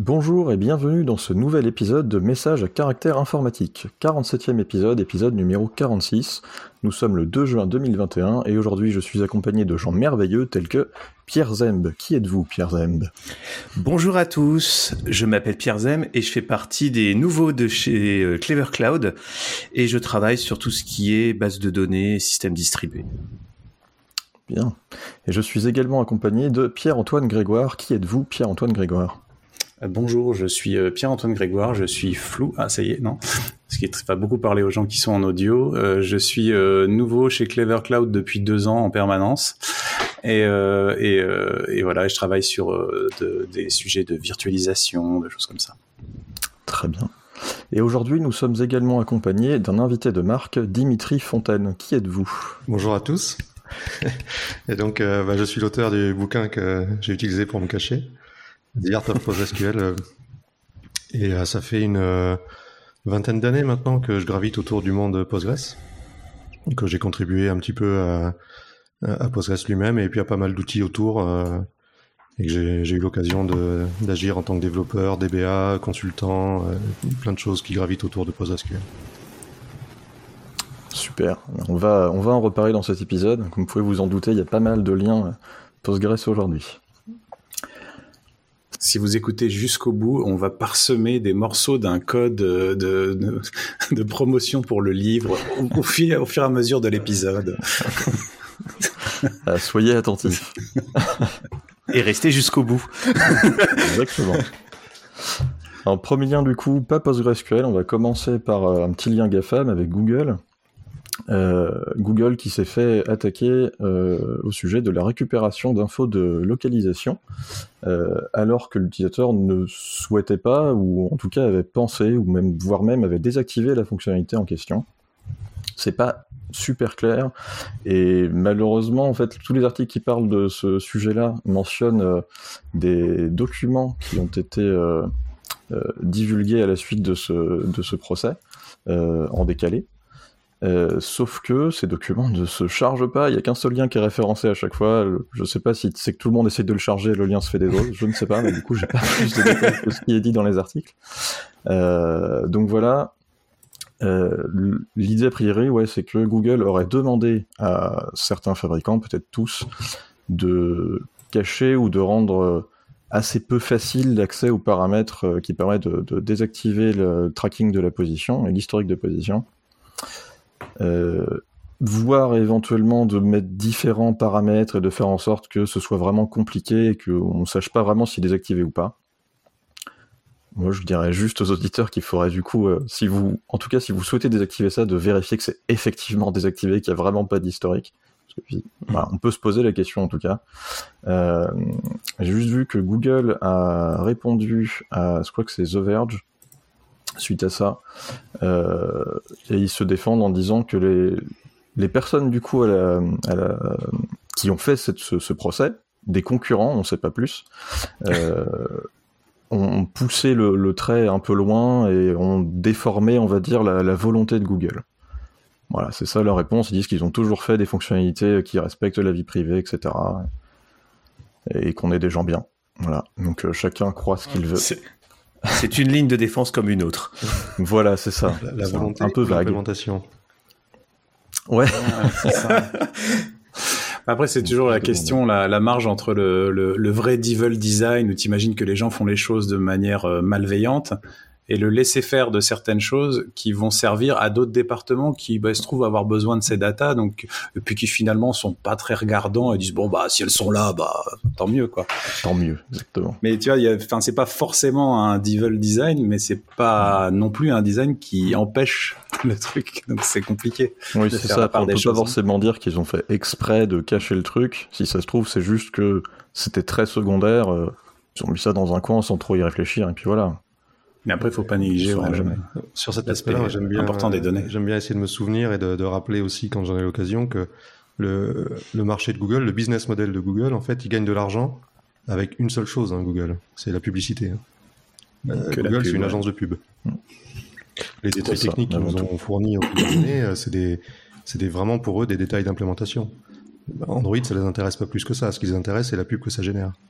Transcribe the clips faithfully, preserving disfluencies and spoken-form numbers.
Bonjour et bienvenue dans ce nouvel épisode de Messages à caractère informatique, quarante-septième épisode, épisode numéro quarante-six. Nous sommes le deux juin deux mille vingt et un et aujourd'hui je suis accompagné de gens merveilleux tels que Pierre Zemb. Qui êtes-vous, Pierre Zemb ? Bonjour à tous, je m'appelle Pierre Zemb et je fais partie des nouveaux de chez Clever Cloud et je travaille sur tout ce qui est base de données, système distribué. Bien. Et je suis également accompagné de Pierre-Antoine Grégoire. Qui êtes-vous, Pierre-Antoine Grégoire ? Bonjour, je suis Pierre-Antoine Grégoire, je suis flou, ah ça y est, non, ce qui va beaucoup parler aux gens qui sont en audio, euh, je suis euh, nouveau chez Clever Cloud depuis deux ans en permanence, et, euh, et, euh, et voilà, je travaille sur euh, de, des sujets de virtualisation, de choses comme ça. Très bien. Et aujourd'hui, nous sommes également accompagnés d'un invité de marque, Dimitri Fontaine. Qui êtes-vous ? Bonjour à tous, et donc euh, bah, je suis l'auteur du bouquin que j'ai utilisé pour me cacher. The Art of PostgreSQL, et euh, ça fait une euh, vingtaine d'années maintenant que je gravite autour du monde Postgres, que j'ai contribué un petit peu à, à Postgres lui-même et puis à pas mal d'outils autour, euh, et que j'ai, j'ai eu l'occasion de, d'agir en tant que développeur, D B A, consultant, euh, plein de choses qui gravitent autour de PostgreSQL. Super, on va, on va en reparler dans cet épisode. Comme vous pouvez vous en douter, il y a pas mal de liens Postgres aujourd'hui. Si vous écoutez jusqu'au bout, on va parsemer des morceaux d'un code de, de, de promotion pour le livre au, au, fur, au fur et à mesure de l'épisode. Ah, soyez attentifs. Et restez jusqu'au bout. Exactement. En premier lien du coup, pas PostgreSQL, on va commencer par un petit lien GAFAM avec Google. Euh, Google qui s'est fait attaquer euh, au sujet de la récupération d'infos de localisation euh, alors que l'utilisateur ne souhaitait pas ou en tout cas avait pensé ou même voire même avait désactivé la fonctionnalité en question. C'est pas super clair et malheureusement en fait tous les articles qui parlent de ce sujet-là mentionnent euh, des documents qui ont été euh, euh, divulgués à la suite de ce, de ce procès euh, en décalé. Euh, sauf que ces documents ne se chargent pas, il n'y a qu'un seul lien qui est référencé à chaque fois. Je sais pas si c'est que tout le monde essaie de le charger et le lien se fait des autres, je ne sais pas, mais du coup j'ai pas plus de détails que ce qui est dit dans les articles. Euh, donc voilà, euh, l'idée a priori, ouais, c'est que Google aurait demandé à certains fabricants, peut-être tous, de cacher ou de rendre assez peu facile l'accès aux paramètres qui permettent de, de désactiver le tracking de la position et l'historique de position. Euh, voire éventuellement de mettre différents paramètres et de faire en sorte que ce soit vraiment compliqué et qu'on ne sache pas vraiment si désactiver ou pas. Moi je dirais juste aux auditeurs qu'il faudrait du coup, euh, si vous, en tout cas si vous souhaitez désactiver ça, de vérifier que c'est effectivement désactivé, qu'il n'y a vraiment pas d'historique. Parce que puis, voilà, on peut se poser la question en tout cas. Euh, j'ai juste vu que Google a répondu à, je crois que c'est The Verge, suite à ça, euh, et ils se défendent en disant que les, les personnes du coup à la, à la, qui ont fait cette, ce, ce procès, des concurrents, on ne sait pas plus, euh, ont poussé le, le trait un peu loin et ont déformé, on va dire, la, la volonté de Google. Voilà, c'est ça leur réponse. Ils disent qu'ils ont toujours fait des fonctionnalités qui respectent la vie privée, et cetera. Et qu'on est des gens bien. Voilà, donc euh, chacun croit ce qu'il veut. C'est... C'est une ligne de défense comme une autre. Voilà, c'est ça. La, la c'est volonté un peu vague. L'implémentation. Ouais. ouais c'est ça. Après, c'est toujours la question, la, la marge entre le, le, le vrai devil design, où tu imagines que les gens font les choses de manière euh, malveillante, et le laisser-faire de certaines choses qui vont servir à d'autres départements qui bah, se trouvent avoir besoin de ces datas, donc, et puis qui finalement sont pas très regardants et disent bon bah si elles sont là, bah tant mieux quoi. Tant mieux, exactement. Mais tu vois, y a, enfin c'est pas forcément un devil design, mais c'est pas non plus un design qui empêche le truc, donc c'est compliqué. Oui, c'est ça. On peut pas forcément dire qu'ils ont fait exprès de cacher le truc. Si ça se trouve, c'est juste que c'était très secondaire. Euh, ils ont mis ça dans un coin sans trop y réfléchir, et puis voilà. Mais après, il ne faut pas négliger sur, ouais, jamais. sur cet aspect-là, j'aime bien, important des données. J'aime bien essayer de me souvenir et de, de rappeler aussi, quand j'en ai l'occasion, que le, le marché de Google, le business model de Google, en fait, il gagne de l'argent avec une seule chose, hein, Google, c'est la publicité. Hein. Euh, Google, pub, c'est une ouais. agence de pub. Mmh. Les détails c'est techniques qu'ils nous ont fournis au cours des années, c'est, des, c'est des, vraiment pour eux des détails d'implémentation. Android, ça les intéresse pas plus que ça. Ce qui les intéresse, c'est la pub que ça génère.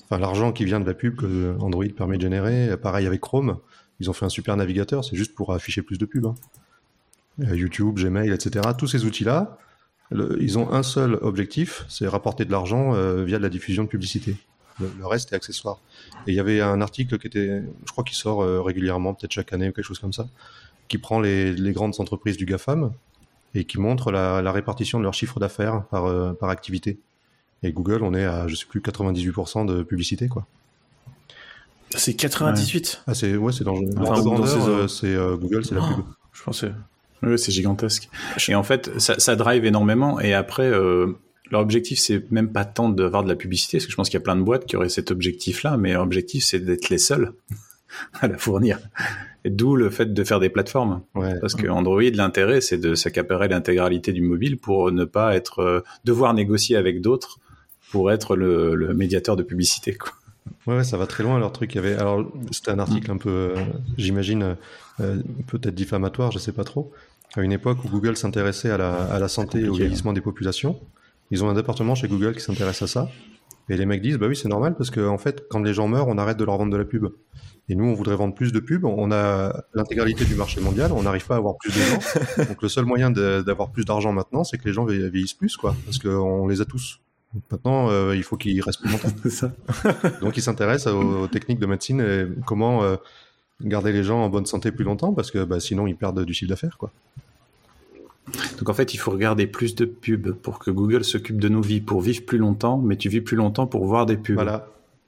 enfin l'argent qui vient de la pub que Android permet de générer. Pareil avec Chrome, ils ont fait un super navigateur, c'est juste pour afficher plus de pubs. Hein. YouTube, Gmail, et cetera. Tous ces outils-là, le, ils ont un seul objectif, c'est rapporter de l'argent euh, via de la diffusion de publicité. Le, le reste est accessoire. Et il y avait un article qui était, je crois qu'il sort euh, régulièrement, peut-être chaque année ou quelque chose comme ça, qui prend les, les grandes entreprises du GAFAM et qui montre la, la répartition de leur chiffre d'affaires par, euh, par activité. Et Google, on est à, je sais plus, quatre-vingt-dix-huit pour cent de publicité, quoi. C'est quatre-vingt-dix-huit. Ouais. Ah, c'est, ouais, c'est dans, enfin, dans, dans ces, euh, c'est euh, Google, c'est la pub. Oh, je pensais. Oui, c'est gigantesque. Et en fait, ça, ça drive énormément. Et après, euh, leur objectif, c'est même pas tant d'avoir de la publicité, parce que je pense qu'il y a plein de boîtes qui auraient cet objectif-là, mais leur objectif, c'est d'être les seuls à la fournir. Et d'où le fait de faire des plateformes. Ouais. Parce que Android, l'intérêt, c'est de s'accaparer l'intégralité du mobile pour ne pas être, euh, devoir négocier avec d'autres pour être le, le médiateur de publicité, quoi. Ouais, ouais, ça va très loin leur truc. Il y avait, alors c'était un article un peu, euh, j'imagine, euh, peut-être diffamatoire, je sais pas trop. À une époque où Google s'intéressait à la, à la santé et au vieillissement des populations, ils ont un département chez Google qui s'intéresse à ça. Et les mecs disent, bah oui, c'est normal parce que en fait, quand les gens meurent, on arrête de leur vendre de la pub. Et nous, on voudrait vendre plus de pubs. On a l'intégralité du marché mondial, on n'arrive pas à avoir plus de gens. Donc le seul moyen de, d'avoir plus d'argent maintenant, c'est que les gens vieillissent plus, quoi, parce qu'on les a tous. Maintenant, euh, il faut qu'ils restent plus longtemps. C'est ça. Donc, ils s'intéressent aux, aux techniques de médecine et comment euh, garder les gens en bonne santé plus longtemps, parce que bah, sinon, ils perdent du chiffre d'affaires, quoi. Donc, en fait, il faut regarder plus de pubs pour que Google s'occupe de nos vies, pour vivre plus longtemps, mais tu vis plus longtemps pour voir des pubs. Voilà.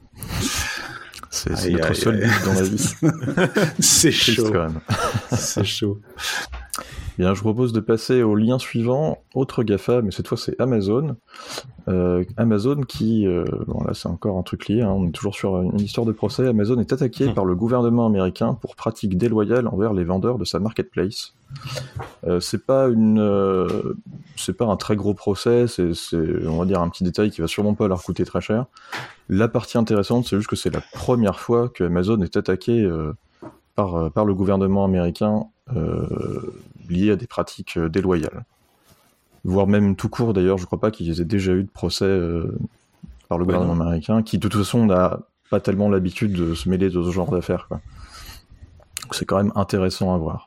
C'est, c'est notre aïe, seul aïe. but dans la vie. C'est chaud. Quand même. C'est chaud. Bien, je vous propose de passer au lien suivant, autre GAFA, mais cette fois c'est Amazon. Euh, Amazon qui, euh, bon là c'est encore un truc lié, hein, on est toujours sur une histoire de procès. Amazon est attaqué mmh. par le gouvernement américain pour pratiques déloyales envers les vendeurs de sa marketplace. Euh, c'est pas une, euh, c'est pas un très gros procès, c'est, c'est, on va dire un petit détail qui va sûrement pas leur coûter très cher. La partie intéressante, c'est juste que c'est la première fois que Amazon est attaqué euh, par, par le gouvernement américain. Euh, liées à des pratiques euh, déloyales. Voire même tout court d'ailleurs, je crois pas qu'ils aient déjà eu de procès euh, par le ouais, gouvernement non. américain, qui de toute façon n'a pas tellement l'habitude de se mêler de ce genre d'affaires, quoi. Donc c'est quand même intéressant à voir.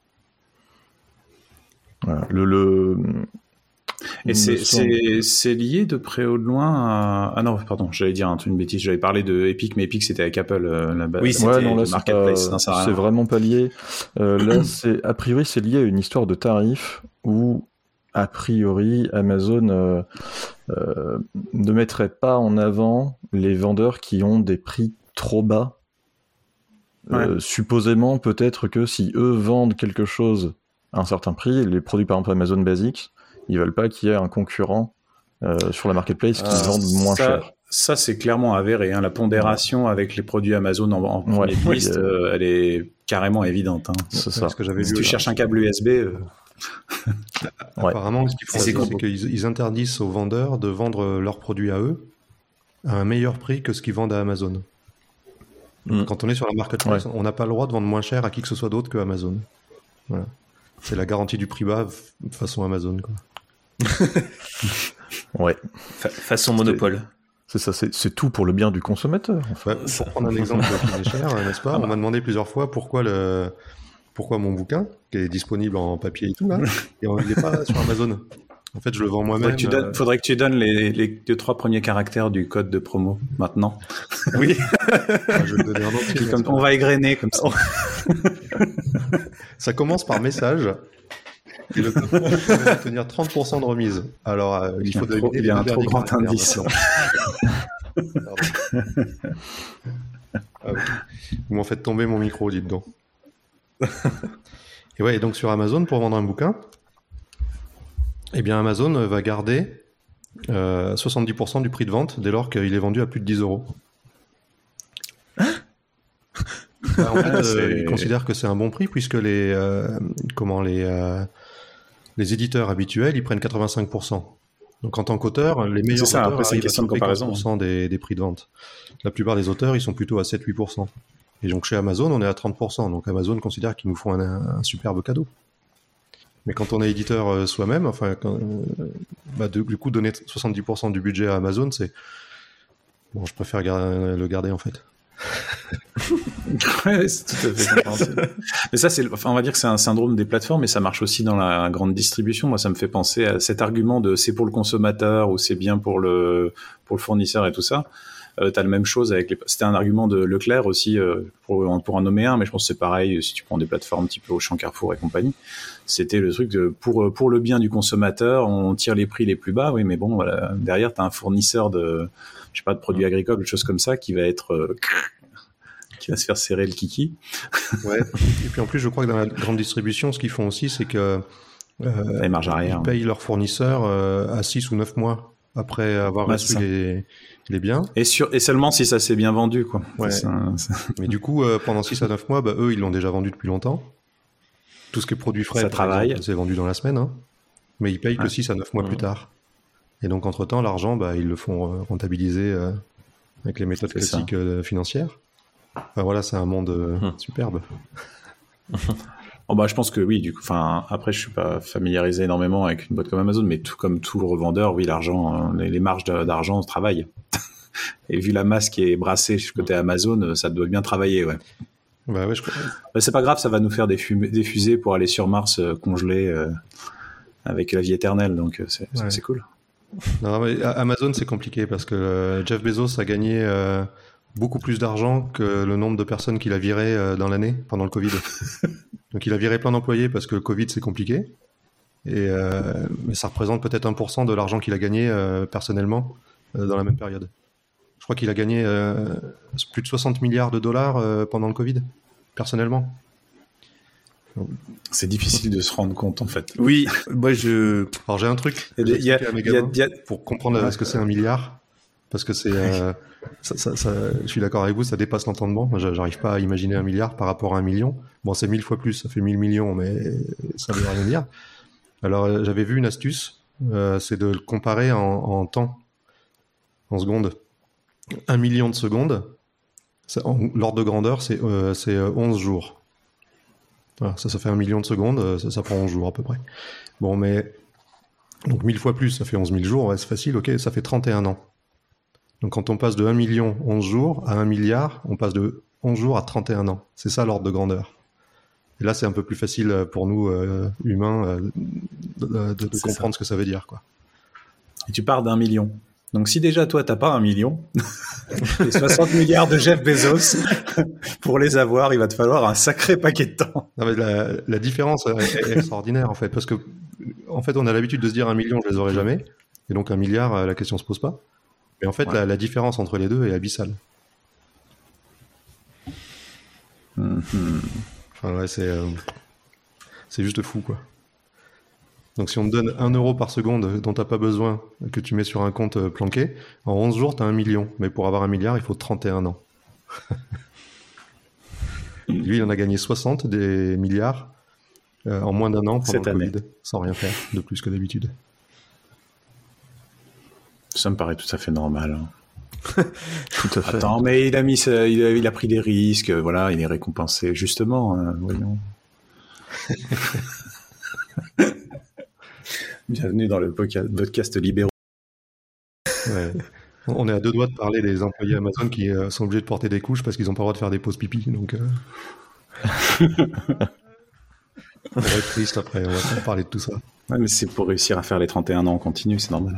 Voilà. Le, le... Et c'est, c'est, c'est lié de près ou de loin à... Ah non, pardon, j'allais dire une bêtise, j'avais parlé de Epic, mais Epic c'était avec Apple euh, là-bas. Oui, c'était ouais, non, là, Marketplace. C'est, pas... non, c'est vraiment pas lié. Euh, là, c'est... a priori, c'est lié à une histoire de tarifs où, a priori, Amazon euh, euh, ne mettrait pas en avant les vendeurs qui ont des prix trop bas. Ouais. Euh, supposément, peut-être que si eux vendent quelque chose à un certain prix, les produits par exemple Amazon Basics, ils veulent pas qu'il y ait un concurrent euh, sur la marketplace qui euh, vendent moins ça, cher. Ça, c'est clairement avéré. Hein. La pondération ouais. avec les produits Amazon en, en ouais, première ouais, liste, euh, elle est carrément évidente. Hein. C'est ça. Ce que j'avais si vu, tu cherches un câble U S B... Euh... ouais. Apparemment, ce qu'ils font, c'est, c'est, c'est qu'ils ils interdisent aux vendeurs de vendre leurs produits à eux à un meilleur prix que ce qu'ils vendent à Amazon. Mm. Quand on est sur la marketplace, ouais. on n'a pas le droit de vendre moins cher à qui que ce soit d'autre que Amazon. Voilà. C'est la garantie du prix bas façon Amazon, quoi. Ouais. Fa- façon monopole. C'est ça, c'est, c'est tout pour le bien du consommateur. Enfin. Bah, pour prendre un exemple qui est cher, n'est-ce pas ? On m'a demandé plusieurs fois pourquoi le, pourquoi mon bouquin, qui est disponible en papier et tout là, et il n'est pas sur Amazon. En fait, je le vends moi-même. Faudrait que tu donnes, euh... faudrait que tu donnes les, les deux trois premiers caractères du code de promo maintenant. Oui. Ah, je vais te donner un entier. Comme, on va égrener comme ça. Ça commence par message. Et le code promo va tenir trente pour cent de remise. Alors, euh, il, il faut trop, il y a un trop grand indice. Ah, oui. Vous m'en faites tomber mon micro, dites donc. Et ouais, et donc sur Amazon, pour vendre un bouquin, eh bien Amazon va garder euh, soixante-dix pour cent du prix de vente dès lors qu'il est vendu à plus de dix euros. Hein bah, en fait, ah, euh, ils considèrent que c'est un bon prix puisque les, euh, comment, les, euh, les éditeurs habituels, ils prennent quatre-vingt-cinq pour cent. Donc en tant qu'auteur, les meilleurs ça, auteurs après, c'est une question de comparaison, quinze pour cent des, des prix de vente. La plupart des auteurs, ils sont plutôt à sept à huit pour cent. Et donc chez Amazon, on est à trente pour cent. Donc Amazon considère qu'ils nous font un, un superbe cadeau. Mais quand on est éditeur euh, soi-même, enfin, quand, euh, bah, de, du coup, donner soixante-dix pour cent du budget à Amazon, c'est, Bon, je préfère gar- le garder en fait. Ouais, c'est tout à fait compréhensible. Mais ça, c'est, enfin, on va dire que c'est un syndrome des plateformes, et ça marche aussi dans la grande distribution. Moi, ça me fait penser à cet argument de c'est pour le consommateur ou c'est bien pour le pour le fournisseur et tout ça. Euh, t'as la même chose avec les. C'était un argument de Leclerc aussi euh, pour pour en nommer un, mais je pense que c'est pareil si tu prends des plateformes type Auchan, Carrefour et compagnie. C'était le truc de pour pour le bien du consommateur, on tire les prix les plus bas. Oui, mais bon, voilà, derrière t'as un fournisseur de je sais pas de produits agricoles, des choses comme ça, qui va être euh, qui va se faire serrer le kiki. Ouais. Et puis en plus, je crois que dans la grande distribution, ce qu'ils font aussi, c'est que euh, les marges arrière. Ils payent leurs fournisseurs euh, à six ou neuf mois après avoir ouais, reçu les, les biens. Et, sur, et seulement si ça s'est bien vendu, quoi. Ouais. C'est ça, c'est... Mais du coup, euh, pendant six à neuf mois, bah, eux, ils l'ont déjà vendu depuis longtemps. Tout ce qui est produit frais, ça travaille. C'est vendu dans la semaine. Hein. Mais ils payent ouais. que six à neuf mois mmh. plus tard. Et donc, entre-temps, l'argent, bah, ils le font rentabiliser euh, avec les méthodes c'est classiques euh, financières. Enfin, voilà, c'est un monde euh, mmh. superbe. Oh bah, je pense que oui, du coup, enfin, après, je suis pas familiarisé énormément avec une boîte comme Amazon, mais tout comme tout revendeur, oui, l'argent, les, les marges d'argent travaillent. Et vu la masse qui est brassée côté Amazon, ça doit bien travailler, ouais. Bah ouais, je crois. Bah, c'est pas grave, ça va nous faire des, fumées, des fusées pour aller sur Mars euh, congelées euh, avec la vie éternelle, donc euh, c'est, ouais. c'est cool. Non, mais Amazon, c'est compliqué parce que euh, Jeff Bezos a gagné euh, beaucoup plus d'argent que le nombre de personnes qu'il a virées euh, dans l'année pendant le Covid. Donc il a viré plein d'employés parce que le Covid, c'est compliqué. Et, euh, mais ça représente peut-être un pour cent de l'argent qu'il a gagné euh, personnellement euh, dans la même période. Je crois qu'il a gagné euh, plus de soixante milliards de dollars euh, pendant le Covid, personnellement. C'est difficile de se rendre compte, en fait. Oui, moi je... Alors j'ai un truc y a, y a, à mes gamins y a, y a... pour comprendre ah, ce que c'est un milliard. Parce que c'est... Euh, ça, ça, ça, je suis d'accord avec vous, ça dépasse l'entendement. Moi, j'arrive pas à imaginer un milliard par rapport à un million. Bon, c'est mille fois plus, ça fait mille millions, mais ça veut rien dire. Alors, j'avais vu une astuce, euh, c'est de le comparer en, en temps, en secondes. Un million de secondes, ça, en, l'ordre de grandeur, c'est euh, c'est onze jours. Voilà, ça, ça fait un million de secondes, ça, ça prend onze jours à peu près. Bon, mais... Donc, mille fois plus, ça fait onze mille jours, ouais, c'est facile, ok, ça fait trente et un ans. Donc, quand on passe de un million, onze jours, à un milliard, on passe de onze jours à trente et un ans. C'est ça l'ordre de grandeur. Et là, c'est un peu plus facile pour nous, euh, humains, euh, de, de, de comprendre ça. Ce que ça veut dire, quoi. Et tu pars d'un million. Donc, si déjà, toi, t'as pas un million, les soixante milliards de Jeff Bezos, pour les avoir, il va te falloir un sacré paquet de temps. Non, mais la, la différence est, est extraordinaire, en fait. Parce que, en fait, on a l'habitude de se dire un million, je les aurai jamais. Et donc, un milliard, la question se pose pas. Mais en fait, ouais. la, la différence entre les deux est abyssale. Mm-hmm. Enfin, ouais, c'est, euh, c'est juste fou, quoi. Donc, si on te donne un euro par seconde dont t'as pas besoin, que tu mets sur un compte euh, planqué, en onze jours, t'as un million. Mais pour avoir un milliard, il faut trente et un ans. Lui, il en a gagné soixante des milliards euh, en moins d'un an pendant Cette le année. Covid, sans rien faire de plus que d'habitude. Ça me paraît tout à fait normal. Tout à fait. Attends, mais il a mis, ça, il, a, il a pris des risques, voilà, il est récompensé justement. Hein, voyons. Bienvenue dans le podcast libéraux. Ouais. On est à deux doigts de parler des employés Amazon qui euh, sont obligés de porter des couches parce qu'ils n'ont pas le droit de faire des pauses pipi. Donc, euh... on va être triste après. On va pas parler de tout ça. Ouais, mais c'est pour réussir à faire les trente et un ans en continu, c'est normal.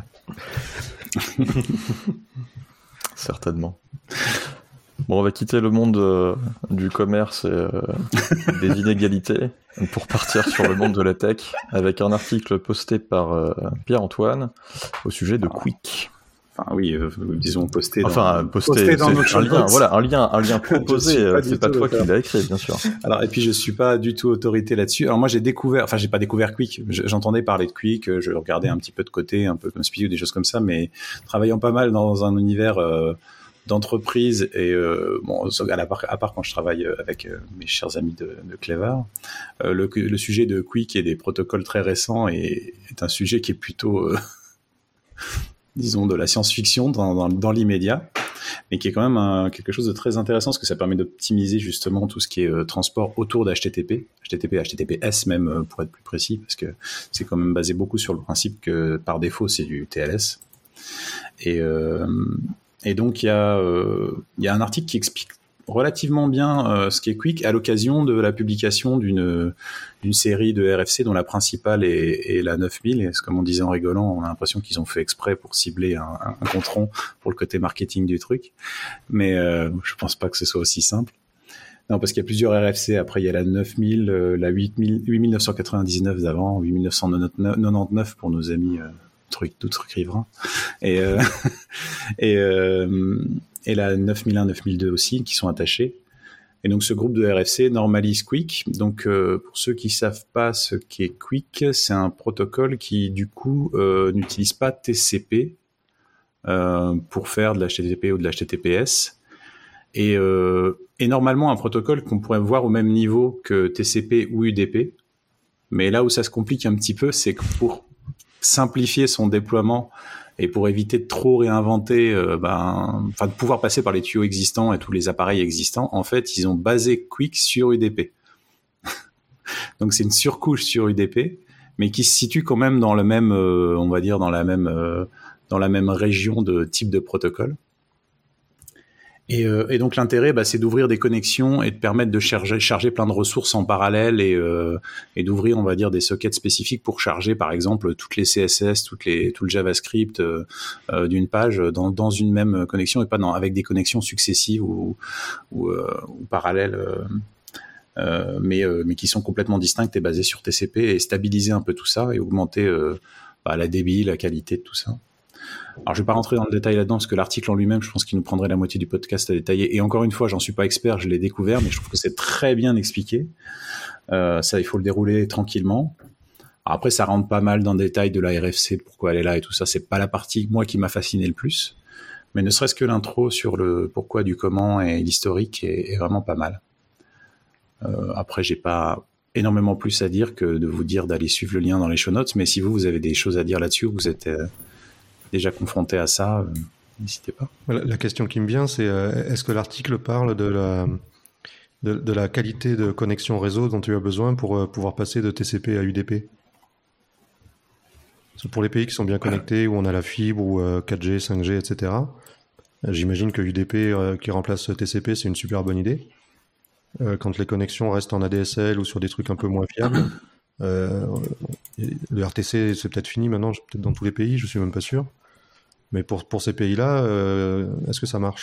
Certainement. Bon, on va quitter le monde euh, du commerce et euh, des inégalités pour partir sur le monde de la tech avec un article posté par euh, Pierre-Antoine au sujet de Quick. Enfin oui, euh, disons posté dans, enfin, posté, posté dans notre un lien, voilà, un lien, un lien proposé. pas c'est pas toi qui l'as écrit, bien sûr. Alors et puis je suis pas du tout autorité là-dessus. Alors moi j'ai découvert, enfin j'ai pas découvert Quick. J'entendais parler de Quick, je regardais un petit peu de côté, un peu comme Speedy ou des choses comme ça, mais travaillant pas mal dans un univers euh, d'entreprise et euh, bon, à part, à part quand je travaille avec euh, mes chers amis de, de Clever, euh, le, le sujet de Quick et des protocoles très récents est, est un sujet qui est plutôt euh, disons, de la science-fiction dans, dans, dans l'immédiat, mais qui est quand même un, quelque chose de très intéressant, parce que ça permet d'optimiser justement tout ce qui est euh, transport autour d'H T T P, H T T P, H T T P S même, euh, pour être plus précis, parce que c'est quand même basé beaucoup sur le principe que, par défaut, c'est du T L S. Et, euh, Et donc, il y a, euh, il y a un article qui explique relativement bien euh, ce qu'est Quick à l'occasion de la publication d'une, d'une série de R F C dont la principale est, est la neuf mille. Et comme on disait en rigolant, on a l'impression qu'ils ont fait exprès pour cibler un, un compte rond pour le côté marketing du truc. Mais euh, je pense pas que ce soit aussi simple. Non, parce qu'il y a plusieurs R F C. Après, il y a la neuf mille, euh, la huit mille, huit mille neuf cent quatre-vingt-dix-neuf d'avant, huit mille neuf cent quatre-vingt-dix-neuf pour nos amis euh, truc, tout truc riverain. Et, euh, et, euh, et la neuf mille un, neuf mille deux aussi, qui sont attachés. Et donc, ce groupe de R F C normalise Quick. Donc, euh, pour ceux qui savent pas ce qu'est Quick, c'est un protocole qui, du coup, euh, n'utilise pas T C P euh, pour faire de l'H T T P ou de l'H T T P S. Et, euh, et normalement, un protocole qu'on pourrait voir au même niveau que T C P ou U D P. Mais là où ça se complique un petit peu, c'est que pour simplifier son déploiement et pour éviter de trop réinventer, euh, ben, enfin de pouvoir passer par les tuyaux existants et tous les appareils existants, en fait, ils ont basé Quick sur U D P. Donc c'est une surcouche sur U D P, mais qui se situe quand même dans le même, euh, on va dire dans la même, euh, dans la même région de type de protocole. Et, euh, et donc l'intérêt, bah, c'est d'ouvrir des connexions et de permettre de charger, charger plein de ressources en parallèle et, euh, et d'ouvrir, on va dire, des sockets spécifiques pour charger, par exemple, toutes les C S S, toutes les, tout le JavaScript euh, euh, d'une page dans, dans une même connexion et pas dans, avec des connexions successives ou, ou, euh, ou parallèles, euh, euh, mais, euh, mais qui sont complètement distinctes et basées sur T C P et stabiliser un peu tout ça et augmenter euh, bah, la débit, la qualité de tout ça. Alors, je vais pas rentrer dans le détail là-dedans parce que l'article en lui-même, je pense qu'il nous prendrait la moitié du podcast à détailler. Et encore une fois, j'en suis pas expert, je l'ai découvert, mais je trouve que c'est très bien expliqué. Euh, ça, il faut le dérouler tranquillement. Alors après, ça rentre pas mal dans le détail de la R F C, pourquoi elle est là et tout ça. C'est pas la partie, moi, qui m'a fasciné le plus. Mais ne serait-ce que l'intro sur le pourquoi du comment et l'historique est, est vraiment pas mal. Euh, après, j'ai pas énormément plus à dire que de vous dire d'aller suivre le lien dans les show notes. Mais si vous, vous avez des choses à dire là-dessus, vous êtes euh, déjà confronté à ça, euh, n'hésitez pas. La, la question qui me vient, c'est euh, est-ce que l'article parle de la, de, de la qualité de connexion réseau dont tu as besoin pour euh, pouvoir passer de T C P à U D P ? Pour les pays qui sont bien connectés, où on a la fibre, ou euh, quatre G, cinq G, et cetera, j'imagine que U D P euh, qui remplace T C P, c'est une super bonne idée. Euh, quand les connexions restent en A D S L ou sur des trucs un peu moins fiables, euh, le R T C, c'est peut-être fini maintenant, peut-être dans tous les pays, je suis même pas sûr. Mais pour, pour ces pays-là, euh, est-ce que ça marche ?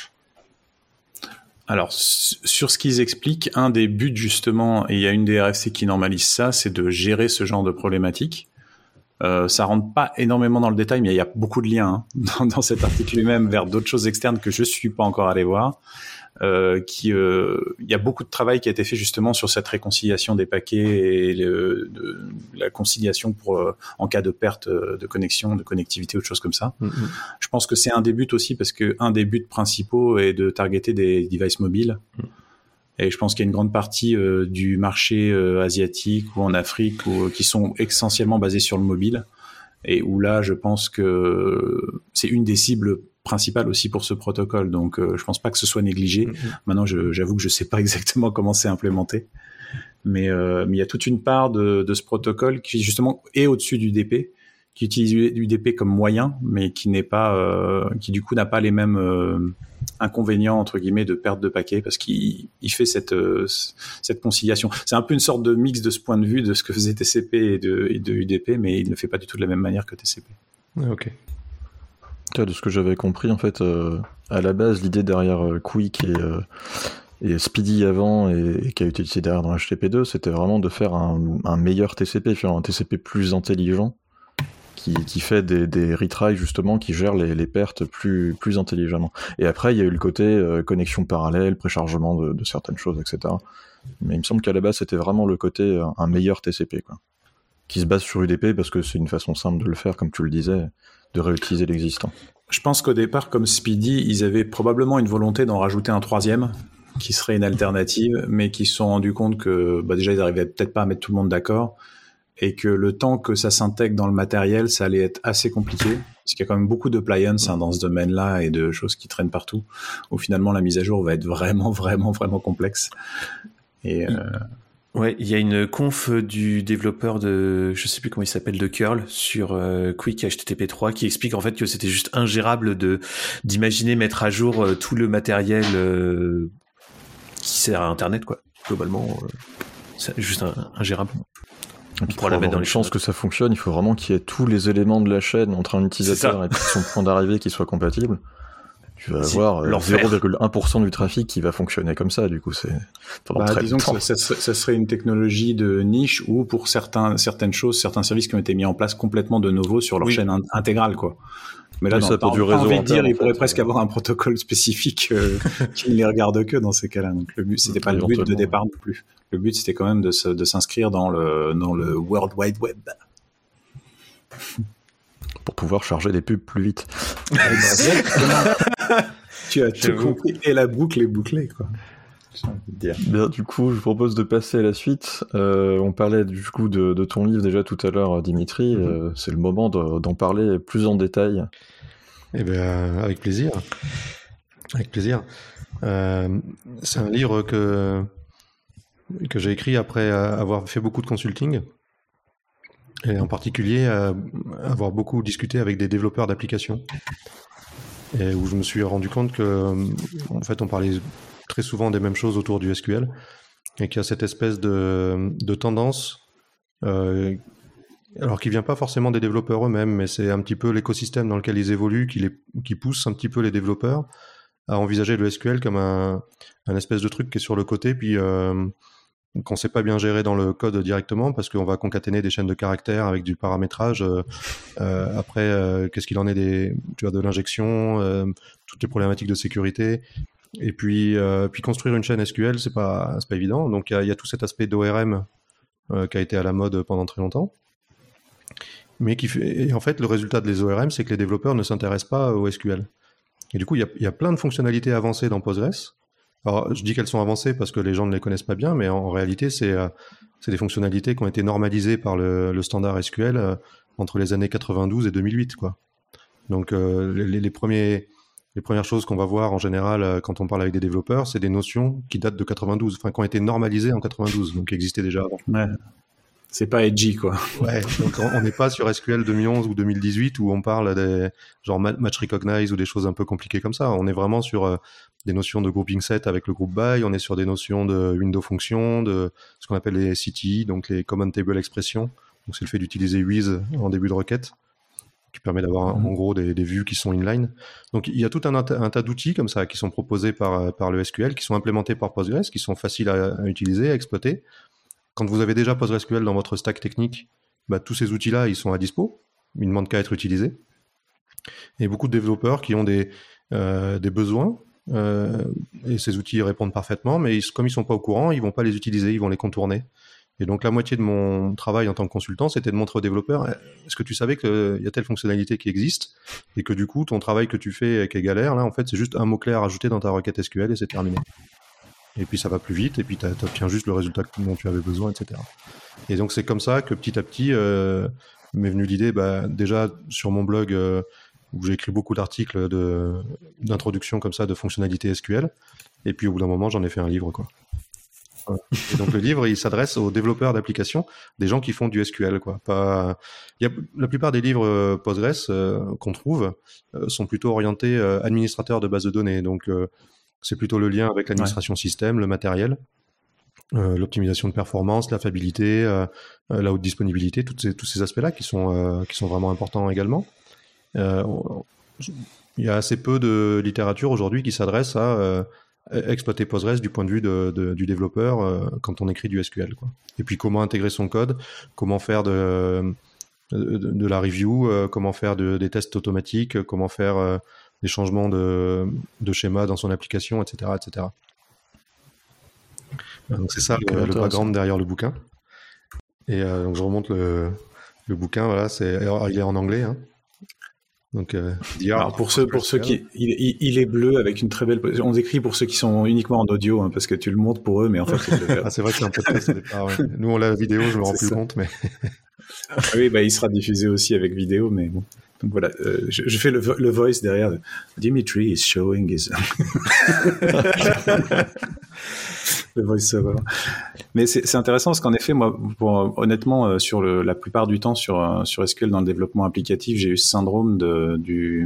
Alors, sur ce qu'ils expliquent, un des buts justement, et il y a une des R F C qui normalise ça, c'est de gérer ce genre de problématique. Euh, ça rentre pas énormément dans le détail, mais il y a beaucoup de liens hein, dans, dans cet article lui-même vers d'autres choses externes que je suis pas encore allé voir. Euh, qui, euh, il y a beaucoup de travail qui a été fait justement sur cette réconciliation des paquets et le, de, la conciliation pour euh, en cas de perte de connexion, de connectivité ou de choses comme ça. Mm-hmm. Je pense que c'est un des buts aussi parce que un des buts principaux est de targeter des devices mobiles. Mm. Et je pense qu'il y a une grande partie euh, du marché euh, asiatique ou en Afrique ou, euh, qui sont essentiellement basés sur le mobile et où là, je pense que c'est une des cibles principal aussi pour ce protocole, donc euh, je pense pas que ce soit négligé. Mm-hmm. Maintenant, je, j'avoue que je sais pas exactement comment c'est implémenté, mais euh, mais il y a toute une part de, de ce protocole qui justement est au-dessus du U D P, qui utilise l'U D P comme moyen, mais qui n'est pas, euh, qui du coup n'a pas les mêmes euh, inconvénients entre guillemets de perte de paquets parce qu'il il fait cette euh, cette conciliation. C'est un peu une sorte de mix de ce point de vue de ce que faisait T C P et de, et de U D P, mais il ne fait pas du tout de la même manière que T C P. Ok. De ce que j'avais compris, en fait, euh, à la base, l'idée derrière euh, Quick et, euh, et Speedy avant et, et qui a été utilisé derrière dans H T T P deux, c'était vraiment de faire un, un meilleur T C P, faire un T C P plus intelligent, qui, qui fait des, des retries justement, qui gère les, les pertes plus, plus intelligemment. Et après, il y a eu le côté euh, connexion parallèle, préchargement de, de certaines choses, et cetera. Mais il me semble qu'à la base, c'était vraiment le côté euh, un meilleur T C P, quoi, qui se base sur U D P parce que c'est une façon simple de le faire, comme tu le disais, de réutiliser l'existant. Je pense qu'au départ, comme Speedy, ils avaient probablement une volonté d'en rajouter un troisième, qui serait une alternative, mais qui se sont rendus compte que bah déjà, ils n'arrivaient peut-être pas à mettre tout le monde d'accord, et que le temps que ça s'intègre dans le matériel, ça allait être assez compliqué, parce qu'il y a quand même beaucoup de appliances hein, dans ce domaine-là, et de choses qui traînent partout, où finalement la mise à jour va être vraiment, vraiment, vraiment complexe. Et... Euh... Ouais, il y a une conf du développeur de, je sais plus comment il s'appelle, de curl sur euh, Quick H T T P trois qui explique en fait que c'était juste ingérable de d'imaginer mettre à jour euh, tout le matériel euh, qui sert à Internet, quoi. Globalement, euh, c'est juste un, ingérable. Et puis pour la mettre dans les chances que ça fonctionne, il faut vraiment qu'il y ait tous les éléments de la chaîne entre un utilisateur et son point d'arrivée qui soient compatibles. Tu vas si, avoir euh, zéro virgule un pour cent du trafic qui va fonctionner comme ça, du coup, c'est pendant bah, très disons longtemps. Que ça, ça, ça serait une technologie de niche où pour certains, certaines choses, certains services qui ont été mis en place complètement de nouveau sur leur oui. chaîne in- intégrale, quoi. Mais là, oui, dans, ça dans, du réseau envie de dire, interne, il pourrait fait, presque euh... avoir un protocole spécifique euh, qui ne les regarde que dans ces cas-là. Donc le but, c'était pas le but de départ non plus. Le but, c'était quand même de, se, de s'inscrire dans le, dans le World Wide Web. Pour pouvoir charger des pubs plus vite. Tu as tout compris et la boucle est bouclée, quoi. Bien, du coup, je vous propose de passer à la suite. Euh, on parlait du coup de, de ton livre déjà tout à l'heure, Dimitri. Mm-hmm. Euh, c'est le moment de, d'en parler plus en détail. Eh bien, avec plaisir. Avec plaisir. Euh, c'est un livre que, que j'ai écrit après avoir fait beaucoup de consulting. Et en particulier, euh, avoir beaucoup discuté avec des développeurs d'applications. Et où je me suis rendu compte que, en fait, on parlait très souvent des mêmes choses autour du S Q L, et qu'il y a cette espèce de, de tendance, euh, alors qui vient pas forcément des développeurs eux-mêmes, mais c'est un petit peu l'écosystème dans lequel ils évoluent, qui, les, qui pousse un petit peu les développeurs à envisager le S Q L comme un, un espèce de truc qui est sur le côté, puis euh, qu'on sait pas bien gérer dans le code directement, parce qu'on va concaténer des chaînes de caractères avec du paramétrage. Euh, euh, après, euh, qu'est-ce qu'il en est des, tu vois, de l'injection, euh, toutes les problématiques de sécurité. Et puis, euh, puis construire une chaîne S Q L, c'est pas, c'est pas évident. Donc il y, y a tout cet aspect d'O R M euh, qui a été à la mode pendant très longtemps. Mais qui fait, et en fait, le résultat des O R M, c'est que les développeurs ne s'intéressent pas au S Q L. Et du coup, il y a, y a plein de fonctionnalités avancées dans Postgres. Alors, je dis qu'elles sont avancées parce que les gens ne les connaissent pas bien, mais en, en réalité, c'est, euh, c'est des fonctionnalités qui ont été normalisées par le, le standard S Q L euh, entre les années quatre-vingt-douze et deux mille huit, quoi. Donc, euh, les, les, premiers, les premières choses qu'on va voir en général euh, quand on parle avec des développeurs, c'est des notions qui datent de quatre-vingt-douze, enfin, qui ont été normalisées en quatre-vingt-douze, donc qui existaient déjà avant. Ouais. C'est pas edgy, quoi. Ouais, donc on n'est pas sur S Q L deux mille onze ou deux mille dix-huit où on parle des genre match recognize ou des choses un peu compliquées comme ça. On est vraiment sur euh, des notions de grouping set avec le group by, on est sur des notions de window function, de ce qu'on appelle les C T I, donc les common table expressions. Donc c'est le fait d'utiliser with en début de requête, qui permet d'avoir mmh. en gros des, des vues qui sont inline. Donc il y a tout un, un tas d'outils comme ça qui sont proposés par, par le S Q L, qui sont implémentés par Postgres, qui sont faciles à, à utiliser, à exploiter. Quand vous avez déjà PostgreSQL dans votre stack technique, bah, tous ces outils-là, ils sont à dispo. Ils ne demandent qu'à être utilisés. Et beaucoup de développeurs qui ont des, euh, des besoins, euh, et ces outils répondent parfaitement, mais ils, comme ils ne sont pas au courant, ils ne vont pas les utiliser, ils vont les contourner. Et donc la moitié de mon travail en tant que consultant, c'était de montrer aux développeurs, est-ce que tu savais qu'il y a telle fonctionnalité qui existe, et que du coup, ton travail que tu fais avec les galères, là, en fait, c'est juste un mot-clé à rajouter dans ta requête S Q L et c'est terminé. Et puis ça va plus vite, et puis tu obtiens juste le résultat dont tu avais besoin, et cetera. Et donc c'est comme ça que petit à petit euh, m'est venue l'idée, bah, déjà sur mon blog euh, où j'ai écrit beaucoup d'articles de, d'introduction comme ça de fonctionnalités S Q L, et puis au bout d'un moment j'en ai fait un livre, quoi. Voilà. Et donc le livre il s'adresse aux développeurs d'applications, des gens qui font du S Q L, quoi. Pas, il y a, la plupart des livres euh, Postgres euh, qu'on trouve euh, sont plutôt orientés euh, administrateurs de bases de données, donc euh, c'est plutôt le lien avec l'administration ouais. système, le matériel, euh, l'optimisation de performance, la fiabilité, euh, la haute disponibilité, toutes ces, tous ces aspects-là qui sont, euh, qui sont vraiment importants également. Euh, il y a assez peu de littérature aujourd'hui qui s'adresse à euh, exploiter Postgres du point de vue de, de, du développeur euh, quand on écrit du S Q L, quoi. Et puis comment intégrer son code, comment faire de, de, de la review, euh, comment faire de, des tests automatiques, comment faire... Euh, des changements de, de schéma dans son application, et cetera, et cetera. Donc c'est ça le, le background derrière le bouquin. Et euh, donc je remonte le, le bouquin, voilà, c'est, alors, il est en anglais, hein. Donc, euh, alors pour ceux, pour ceux qui, il, il, il est bleu avec une très belle. On écrit pour ceux qui sont uniquement en audio, hein, parce que tu le montres pour eux, mais en fait. Ah, c'est vrai que c'est un podcast au départ. Ouais. Nous on l'a la vidéo, je me rends plus ça. compte, mais. Ah oui, bah il sera diffusé aussi avec vidéo, mais bon. Donc voilà, euh, je, je fais le, le voice derrière. De, Dimitri is showing his. Le voice-over. Mais c'est, c'est intéressant parce qu'en effet, moi, pour, honnêtement, euh, sur le, la plupart du temps sur, euh, sur S Q L dans le développement applicatif, j'ai eu ce syndrome de, du,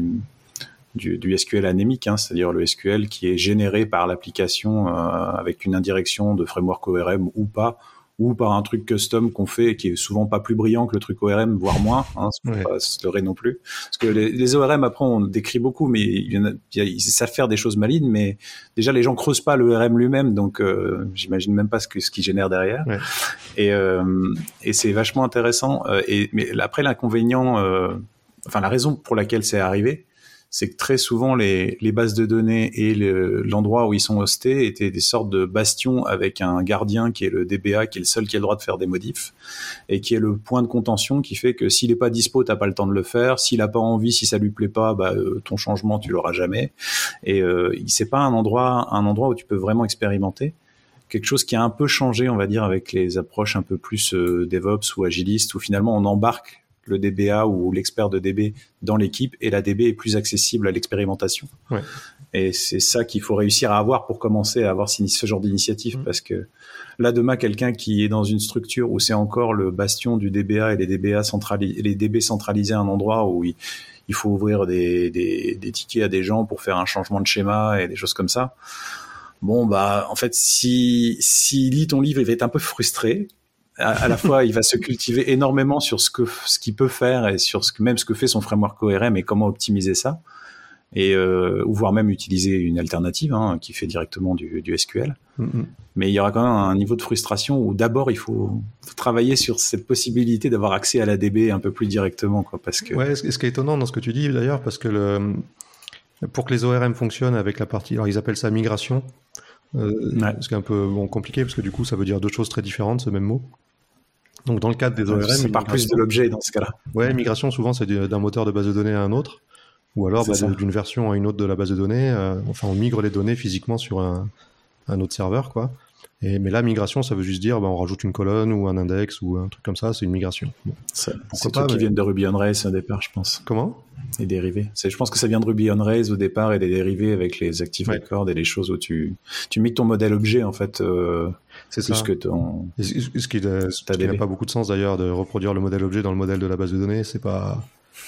du, du S Q L anémique, hein, c'est-à-dire le S Q L qui est généré par l'application euh, avec une indirection de framework O R M ou pas, ou par un truc custom qu'on fait et qui est souvent pas plus brillant que le truc O R M, voire moins, hein, c'est Ouais. pas se leurrer non plus. Parce que les, les O R M, après, on décrit beaucoup, mais il y en a, il y a, ils savent faire des choses malignes, mais déjà, les gens creusent pas le O R M lui-même, donc euh, j'imagine même pas ce, que, ce qu'ils génèrent derrière. Ouais. Et, euh, et c'est vachement intéressant. Euh, et, mais après, l'inconvénient, euh, enfin, la raison pour laquelle c'est arrivé, c'est que très souvent, les, les bases de données et le, l'endroit où ils sont hostés étaient des sortes de bastions avec un gardien qui est le D B A, qui est le seul qui a le droit de faire des modifs, et qui est le point de contention qui fait que s'il est pas dispo, t'as pas le temps de le faire. S'il a pas envie, si ça lui plaît pas, bah, euh, ton changement, tu l'auras jamais. Et euh, c'est pas un endroit, un endroit où tu peux vraiment expérimenter. Quelque chose qui a un peu changé, on va dire, avec les approches un peu plus euh, DevOps ou agilistes, où finalement on embarque le D B A ou l'expert de D B dans l'équipe et la D B est plus accessible à l'expérimentation. Ouais. Et c'est ça qu'il faut réussir à avoir pour commencer à avoir ce genre d'initiative. Mmh. Parce que là, demain, quelqu'un qui est dans une structure où c'est encore le bastion du D B A et les D B A centralisés, les D B centralisés à un endroit où il, il faut ouvrir des, des, des tickets à des gens pour faire un changement de schéma et des choses comme ça. Bon, bah, en fait, si, s'il lit ton livre, il va être un peu frustré. À, à la fois, il va se cultiver énormément sur ce que, ce qu'il peut faire et sur ce que, même ce que fait son framework O R M et comment optimiser ça. Et, euh, ou voire même utiliser une alternative, hein, qui fait directement du, du S Q L. Mm-hmm. Mais il y aura quand même un niveau de frustration où d'abord, il faut, faut travailler sur cette possibilité d'avoir accès à la D B un peu plus directement, quoi, parce que. Ouais, ce qui est étonnant dans ce que tu dis, d'ailleurs, parce que le, pour que les O R M fonctionnent avec la partie, alors ils appellent ça migration, euh, ouais. Ce qui est un peu bon, compliqué, parce que du coup, ça veut dire deux choses très différentes, ce même mot. Donc, dans le cadre des O R M... C'est par plus de l'objet dans ce cas-là. Ouais, migration, souvent, c'est d'un moteur de base de données à un autre, ou alors bah, d'une version à une autre de la base de données. Euh, enfin, on migre les données physiquement sur un, un autre serveur, quoi. Et, mais là, migration, ça veut juste dire bah, on rajoute une colonne ou un index ou un truc comme ça, c'est une migration. Bon. Ça, c'est tout mais... qui viennent de Ruby on Rails au départ, je pense. Comment ? Les dérivés. C'est, je pense que ça vient de Ruby on Rails au départ et des dérivés avec les active ouais. records et les choses où tu, tu migres ton modèle objet, en fait. Euh, c'est plus ça. Que ton. Ce qui, ce qui, ce qui n'a pas beaucoup de sens d'ailleurs de reproduire le modèle objet dans le modèle de la base de données, c'est pas.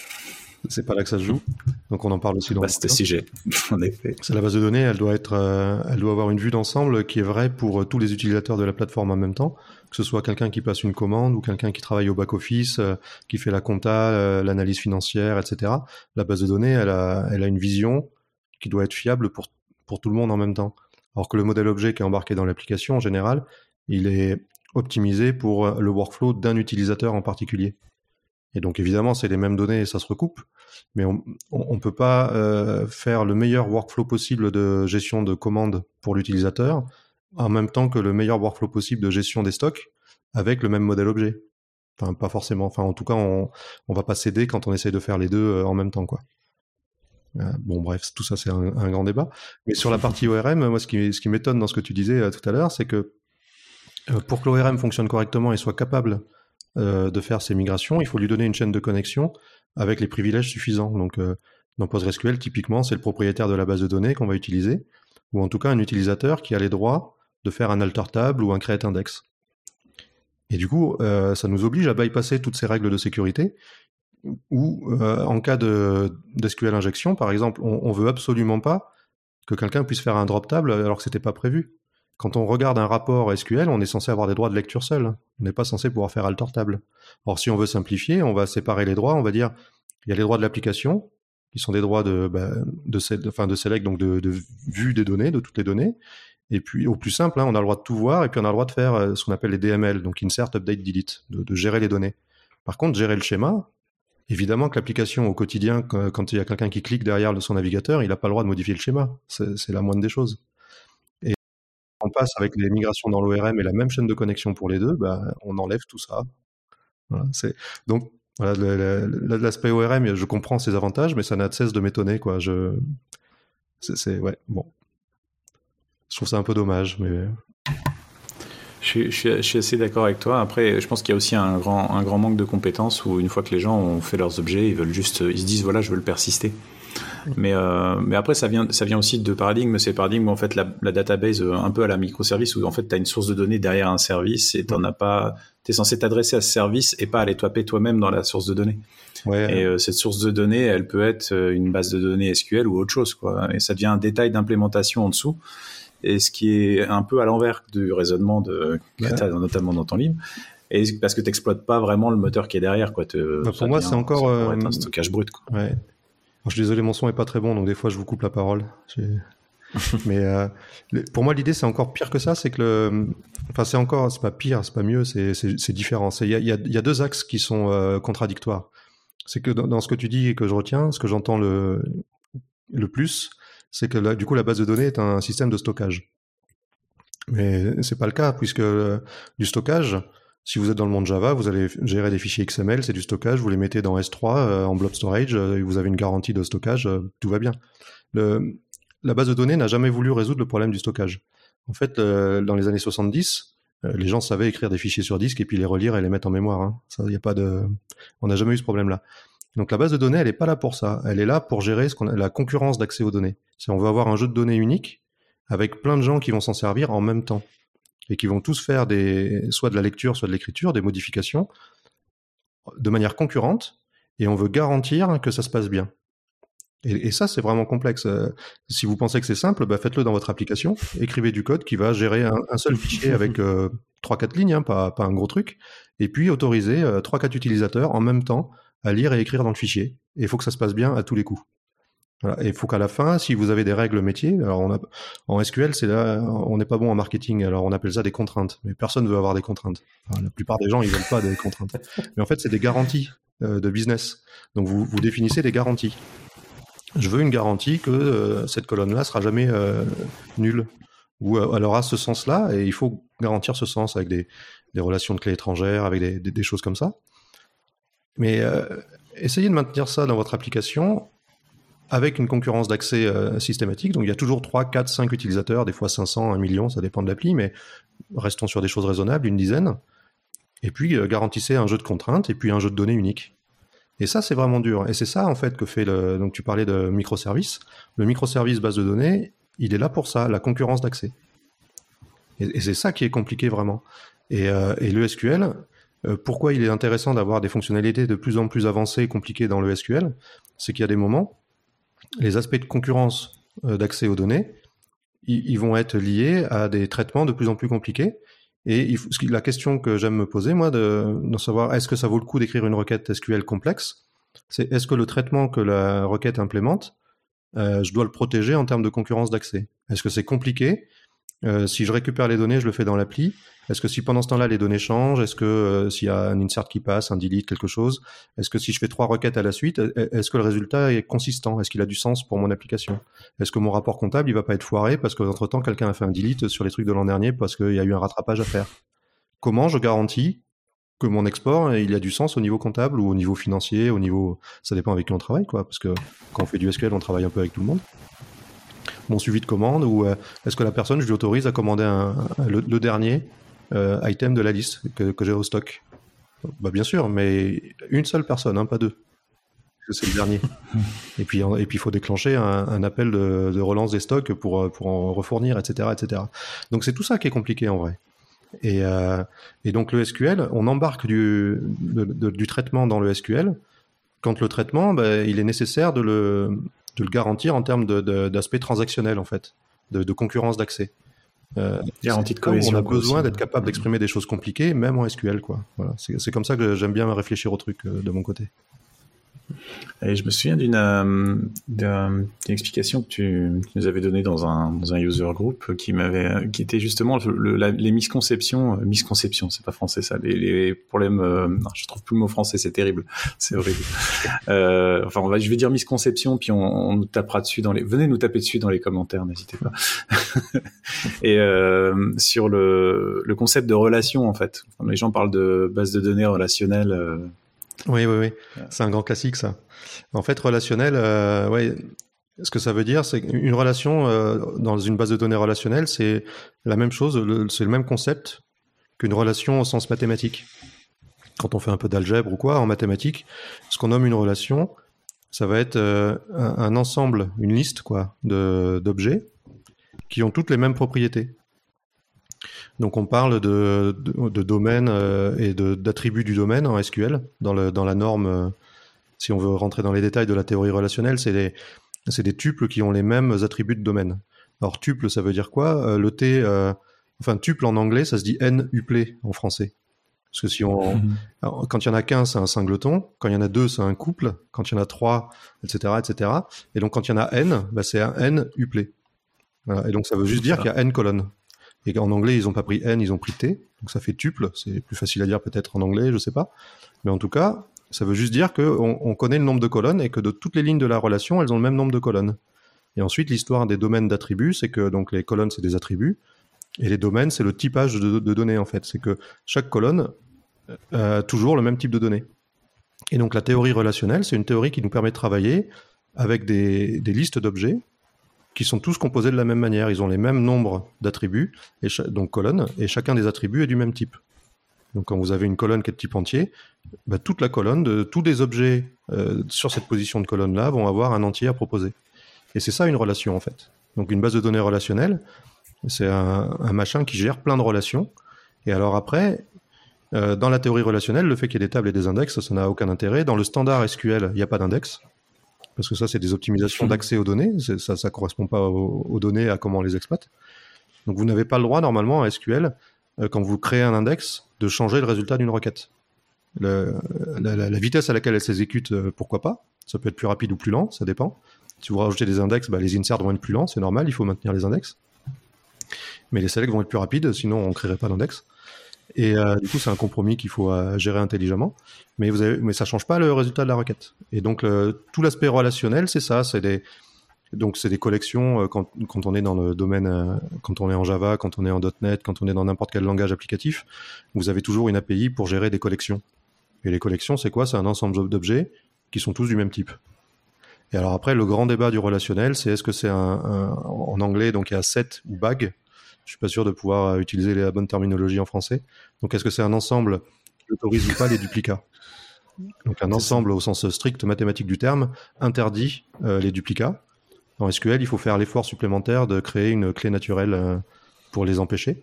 C'est pas là que ça se joue. Donc on en parle aussi dans bah, le c'était sujet, en effet. C'est la base de données, elle doit être, euh, elle doit avoir une vue d'ensemble qui est vraie pour euh, tous les utilisateurs de la plateforme en même temps, que ce soit quelqu'un qui passe une commande ou quelqu'un qui travaille au back-office, euh, qui fait la compta, euh, l'analyse financière, et cetera. La base de données, elle a, elle a une vision qui doit être fiable pour, pour tout le monde en même temps. Alors que le modèle objet qui est embarqué dans l'application, en général, il est optimisé pour le workflow d'un utilisateur en particulier. Et donc évidemment, c'est les mêmes données et ça se recoupe, mais on ne peut pas euh, faire le meilleur workflow possible de gestion de commandes pour l'utilisateur en même temps que le meilleur workflow possible de gestion des stocks avec le même modèle objet. Enfin, pas forcément. Enfin, en tout cas, on ne va pas céder quand on essaie de faire les deux euh, en même temps, quoi. Euh, bon, bref, tout ça, c'est un, un grand débat. Mais sur la partie O R M, moi, ce qui, ce qui m'étonne dans ce que tu disais euh, tout à l'heure, c'est que euh, pour que l'O R M fonctionne correctement et soit capable Euh, de faire ces migrations, il faut lui donner une chaîne de connexion avec les privilèges suffisants. Donc, euh, dans PostgreSQL, typiquement, c'est le propriétaire de la base de données qu'on va utiliser, ou en tout cas un utilisateur qui a les droits de faire un alter table ou un create index. Et du coup, euh, ça nous oblige à bypasser toutes ces règles de sécurité, ou euh, en cas de, d'S Q L injection, par exemple, on, on veut absolument pas que quelqu'un puisse faire un drop table alors que c'était pas prévu. Quand on regarde un rapport S Q L, on est censé avoir des droits de lecture seuls. On n'est pas censé pouvoir faire alter table. Or, si on veut simplifier, on va séparer les droits. On va dire, il y a les droits de l'application, qui sont des droits de, bah, de, de, enfin, de select, donc de, de vue des données, de toutes les données. Et puis, au plus simple, hein, on a le droit de tout voir, et puis on a le droit de faire euh, ce qu'on appelle les D M L, donc insert, update, delete, de, de gérer les données. Par contre, gérer le schéma, évidemment que l'application au quotidien, quand, quand il y a quelqu'un qui clique derrière son navigateur, il n'a pas le droit de modifier le schéma. C'est, c'est la moindre des choses. On passe avec les migrations dans l'O R M et la même chaîne de connexion pour les deux, bah, on enlève tout ça. Voilà, c'est... Donc, voilà, le, le, l'aspect O R M, je comprends ses avantages, mais ça n'a de cesse de m'étonner, quoi. Je... C'est, c'est... Ouais, bon. Je trouve ça un peu dommage, mais... Je suis, je, suis, je suis assez d'accord avec toi. Après, je pense qu'il y a aussi un grand, un grand manque de compétences où une fois que les gens ont fait leurs objets, ils veulent juste, ils se disent, voilà, je veux le persister. Mais, euh, mais après, ça vient, ça vient aussi de paradigme. C'est le paradigme où en fait la, la database, un peu à la microservice, où en fait tu as une source de données derrière un service et t'en as pas. T'es censé t'adresser à ce service et pas aller taper toi-même dans la source de données. Ouais. Et euh, cette source de données, elle peut être une base de données S Q L ou autre chose, quoi. Et ça devient un détail d'implémentation en dessous. Et ce qui est un peu à l'envers du raisonnement de, ouais. que tu as notamment dans ton livre. Et parce que tu n'exploites pas vraiment le moteur qui est derrière, quoi. Te, bah pour moi, c'est encore euh, un stockage brut, quoi. Ouais. Je suis désolé, mon son est pas très bon, donc des fois je vous coupe la parole. Mais euh, pour moi, l'idée c'est encore pire que ça, c'est que le, enfin c'est encore, c'est pas pire, c'est pas mieux, c'est c'est, c'est différent. Il y a, y, a, y a deux axes qui sont euh, contradictoires. C'est que dans, dans ce que tu dis et que je retiens, ce que j'entends le le plus, c'est que là, du coup la base de données est un système de stockage. Mais c'est pas le cas, puisque euh, du stockage, si vous êtes dans le monde Java, vous allez gérer des fichiers X M L, c'est du stockage, vous les mettez dans S trois euh, en blob storage, euh, et vous avez une garantie de stockage, euh, tout va bien. Le, la base de données n'a jamais voulu résoudre le problème du stockage. En fait, euh, dans les années soixante-dix, euh, les gens savaient écrire des fichiers sur disque et puis les relire et les mettre en mémoire. Hein. Ça, y a pas de, on n'a jamais eu ce problème-là. Donc la base de données, elle est pas là pour ça. Elle est là pour gérer ce qu'on a, la concurrence d'accès aux données. Si on veut avoir un jeu de données unique avec plein de gens qui vont s'en servir en même temps et qui vont tous faire des, soit de la lecture, soit de l'écriture, des modifications, de manière concurrente, et on veut garantir que ça se passe bien. Et, et ça, c'est vraiment complexe. Euh, si vous pensez que c'est simple, bah faites-le dans votre application, écrivez du code qui va gérer un, un seul fichier avec euh, trois quatre lignes, hein, pas, pas un gros truc, et puis autoriser euh, trois quatre utilisateurs en même temps à lire et écrire dans le fichier. Et il faut que ça se passe bien à tous les coups. Voilà. Et il faut qu'à la fin, si vous avez des règles métiers, alors on a, en S Q L, c'est là, on n'est pas bon en marketing, alors on appelle ça des contraintes. Mais personne ne veut avoir des contraintes. Enfin, la plupart des gens, ils veulent pas des contraintes. Mais en fait, c'est des garanties euh, de business. Donc vous, vous définissez des garanties. Je veux une garantie que euh, cette colonne-là sera jamais euh, nulle. Ou euh, elle aura ce sens-là, et il faut garantir ce sens avec des, des relations de clés étrangères, avec des, des, des choses comme ça. Mais euh, essayez de maintenir ça dans votre application avec une concurrence d'accès euh, systématique. Donc il y a toujours trois, quatre, cinq utilisateurs, des fois cinq cents, un million, ça dépend de l'appli, mais restons sur des choses raisonnables, une dizaine. Et puis euh, garantissez un jeu de contraintes et puis un jeu de données unique. Et ça, c'est vraiment dur. Et c'est ça, en fait, que fait le... Donc tu parlais de microservice. Le microservice base de données, il est là pour ça, la concurrence d'accès. Et, et c'est ça qui est compliqué vraiment. Et, euh, et le S Q L, euh, pourquoi il est intéressant d'avoir des fonctionnalités de plus en plus avancées et compliquées dans le S Q L, c'est qu'il y a des moments, les aspects de concurrence euh, d'accès aux données, ils, ils vont être liés à des traitements de plus en plus compliqués. Et il faut, la question que j'aime me poser, moi, de, de savoir est-ce que ça vaut le coup d'écrire une requête S Q L complexe, c'est est-ce que le traitement que la requête implémente, euh, je dois le protéger en termes de concurrence d'accès. Est-ce que c'est compliqué ? Euh, si je récupère les données, je le fais dans l'appli. Est-ce que si pendant ce temps-là, les données changent ? Est-ce que euh, s'il y a un insert qui passe, un delete, quelque chose ? Est-ce que si je fais trois requêtes à la suite, est-ce que le résultat est consistant ? Est-ce qu'il a du sens pour mon application ? Est-ce que mon rapport comptable, il va pas être foiré parce qu'entre-temps, quelqu'un a fait un delete sur les trucs de l'an dernier parce qu'il y a eu un rattrapage à faire ? Comment je garantis que mon export, il a du sens au niveau comptable ou au niveau financier, au niveau... Ça dépend avec qui on travaille, quoi, parce que quand on fait du S Q L, on travaille un peu avec tout le monde. Mon suivi de commande, ou euh, est-ce que la personne, je lui autorise à commander un, un, le, le dernier euh, item de la liste que, que j'ai au stock ? Bah bien sûr, mais une seule personne, hein, pas deux. Parce que c'est le dernier. Et puis, et puis, il faut déclencher un, un appel de, de relance des stocks pour, pour en refournir, et cetera, et cetera. Donc c'est tout ça qui est compliqué en vrai. Et, euh, et donc le S Q L, on embarque du, de, de, du traitement dans le S Q L quand le traitement, bah, il est nécessaire de le, de le garantir en termes de, de, d'aspect transactionnel en fait, de, de concurrence d'accès. Euh, Garantie de cohésion. On a besoin d'être capable d'exprimer des choses compliquées, même en S Q L, quoi. Voilà, c'est, c'est comme ça que j'aime bien réfléchir au truc euh, de mon côté. Et je me souviens d'une, euh, d'une explication que tu, tu nous avais donnée dans un, dans un user group qui m'avait, qui était justement le, la, les misconceptions, euh, misconceptions, c'est pas français ça, les, les problèmes, euh, non, je trouve plus le mot français, c'est terrible, c'est horrible. euh, enfin, on va, je vais dire misconceptions, puis on, on nous tapera dessus dans les, venez nous taper dessus dans les commentaires, n'hésitez pas. Et euh, sur le, le concept de relation en fait, enfin, les gens parlent de base de données relationnelle. Euh, Oui, oui, oui. C'est un grand classique, ça. En fait, relationnel, euh, ouais, ce que ça veut dire, c'est qu'une relation euh, dans une base de données relationnelle, c'est la même chose, le, c'est le même concept qu'une relation au sens mathématique. Quand on fait un peu d'algèbre ou quoi, en mathématiques, ce qu'on nomme une relation, ça va être euh, un, un ensemble, une liste quoi, de, d'objets qui ont toutes les mêmes propriétés. Donc on parle de, de, de domaine euh, et de, d'attributs du domaine en S Q L. Dans, le, dans la norme, euh, si on veut rentrer dans les détails de la théorie relationnelle, c'est, les, c'est des tuples qui ont les mêmes attributs de domaine. Alors tuple, ça veut dire quoi euh, Le T, euh, enfin tuple en anglais, ça se dit n-uplé en français. Parce que si on, mmh. alors, quand il y en a qu'un, c'est un singleton. Quand il y en a deux, c'est un couple. Quand il y en a trois, et cetera, et cetera. Et donc quand il y en a n, bah, c'est un n-uplé. Voilà. Et donc ça veut juste dire qu'il y a n colonnes. Et en anglais, ils n'ont pas pris n, ils ont pris t. Donc ça fait tuple. C'est plus facile à dire peut-être en anglais, je sais pas. Mais en tout cas, ça veut juste dire qu'on on connaît le nombre de colonnes et que de toutes les lignes de la relation, elles ont le même nombre de colonnes. Et ensuite, l'histoire des domaines d'attributs, c'est que donc les colonnes, c'est des attributs. Et les domaines, c'est le typage de, de données, en fait. C'est que chaque colonne a toujours le même type de données. Et donc, la théorie relationnelle, c'est une théorie qui nous permet de travailler avec des, des listes d'objets qui sont tous composés de la même manière. Ils ont les mêmes nombres d'attributs, et cha- donc colonnes, et chacun des attributs est du même type. Donc, quand vous avez une colonne qui est de type entier, bah, toute la colonne, de, tous les objets euh, sur cette position de colonne-là vont avoir un entier à proposer. Et c'est ça une relation, en fait. Donc, une base de données relationnelle, c'est un, un machin qui gère plein de relations. Et alors après, euh, dans la théorie relationnelle, le fait qu'il y ait des tables et des index, ça n'a aucun intérêt. Dans le standard S Q L, il n'y a pas d'index, parce que ça, c'est des optimisations mmh. d'accès aux données. C'est, ça ne correspond pas aux, aux données, à comment on les exploite. Donc vous n'avez pas le droit, normalement, en S Q L, euh, quand vous créez un index, de changer le résultat d'une requête. Le, la, la, la vitesse à laquelle elle s'exécute, euh, pourquoi pas. Ça peut être plus rapide ou plus lent, ça dépend. Si vous rajoutez des index, bah, les inserts vont être plus lents, c'est normal, il faut maintenir les index. Mais les selects vont être plus rapides, sinon on ne créerait pas d'index. Et euh, du coup, c'est un compromis qu'il faut euh, gérer intelligemment. Mais, vous avez, mais ça ne change pas le résultat de la requête. Et donc, le, tout l'aspect relationnel, c'est ça. C'est des, donc, c'est des collections euh, quand, quand on est dans le domaine, euh, quand on est en Java, quand on est en .NET, quand on est dans n'importe quel langage applicatif. Vous avez toujours une A P I pour gérer des collections. Et les collections, c'est quoi ? C'est un ensemble d'objets qui sont tous du même type. Et alors après, le grand débat du relationnel, c'est est-ce que c'est un, un en anglais, donc il y a set ou bag. Je suis pas sûr de pouvoir utiliser la bonne terminologie en français. Donc, est-ce que c'est un ensemble qui autorise ou pas les duplicats ? Donc, un ensemble au sens strict mathématique du terme interdit euh, les duplicats. En S Q L, il faut faire l'effort supplémentaire de créer une clé naturelle euh, pour les empêcher.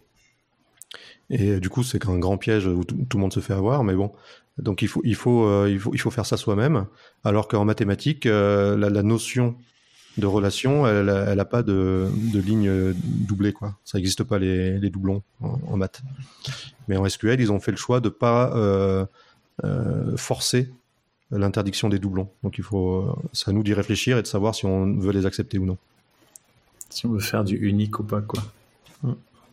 Et du coup, c'est un grand piège où tout, tout le monde se fait avoir, mais bon. Donc, il faut, il faut, euh, il faut, il faut faire ça soi-même. Alors qu'en mathématiques, euh, la, la notion de relation, elle n'a pas de, de ligne doublée, quoi. Ça n'existe pas les, les doublons en, en maths. Mais en S Q L, ils ont fait le choix de ne pas euh, euh, forcer l'interdiction des doublons. Donc il faut, c'est à nous d'y réfléchir et de savoir si on veut les accepter ou non. Si on veut faire du unique ou pas, quoi. Mm.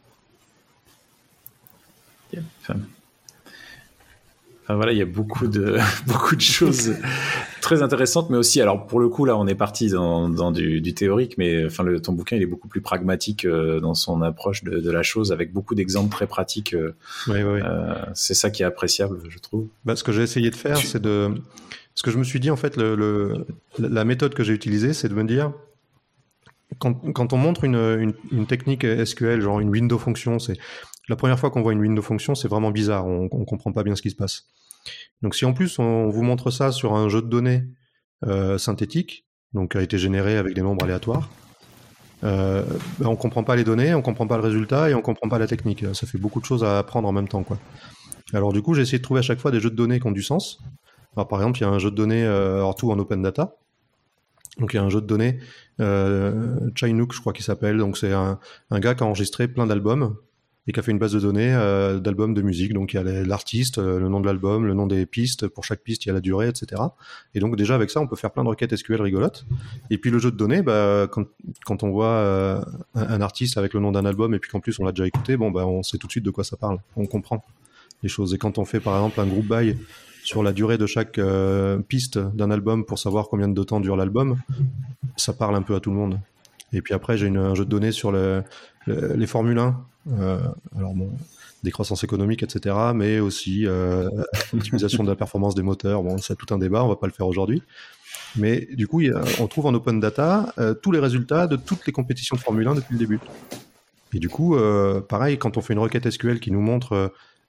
Yeah. Enfin, enfin voilà, il y a beaucoup de beaucoup de choses très intéressantes, mais aussi, alors pour le coup là, on est parti dans, dans du, du théorique, mais enfin le, ton bouquin il est beaucoup plus pragmatique euh, dans son approche de, de la chose, avec beaucoup d'exemples très pratiques. Euh, oui, oui. Euh, c'est ça qui est appréciable, je trouve. Bah, ce que j'ai essayé de faire, tu... c'est de, ce que je me suis dit en fait, le, le, la méthode que j'ai utilisée, c'est de me dire, quand, quand on montre une, une, une technique S Q L, genre une window function, c'est la première fois qu'on voit une window function, c'est vraiment bizarre, on, on comprend pas bien ce qui se passe. Donc si en plus on vous montre ça sur un jeu de données euh, synthétique, donc a été généré avec des nombres aléatoires, euh, ben on comprend pas les données, on comprend pas le résultat et on comprend pas la technique. Ça fait beaucoup de choses à apprendre en même temps, quoi. Alors du coup, j'ai essayé de trouver à chaque fois des jeux de données qui ont du sens. Alors par exemple, il y a un jeu de données, euh, alors tout en open data. Donc il y a un jeu de données, euh, Chinook, je crois qu'il s'appelle. Donc c'est un, un gars qui a enregistré plein d'albums et qui a fait une base de données euh, d'albums de musique. Donc il y a l'artiste, euh, le nom de l'album, le nom des pistes. Pour chaque piste, il y a la durée, et cetera. Et donc déjà avec ça, on peut faire plein de requêtes S Q L rigolotes. Et puis le jeu de données, bah, quand, quand on voit euh, un, un artiste avec le nom d'un album et puis qu'en plus on l'a déjà écouté, bon, bah, on sait tout de suite de quoi ça parle. On comprend les choses. Et quand on fait par exemple un group by sur la durée de chaque euh, piste d'un album pour savoir combien de temps dure l'album, ça parle un peu à tout le monde. Et puis après, j'ai une, un jeu de données sur le, le, les Formule un, euh, alors bon, décroissance économique, et cetera, mais aussi euh, l'optimisation de la performance des moteurs. Bon, c'est tout un débat, on va pas le faire aujourd'hui. Mais du coup, il y a, on trouve en open data euh, tous les résultats de toutes les compétitions de Formule un depuis le début. Et du coup, euh, pareil, quand on fait une requête S Q L qui nous montre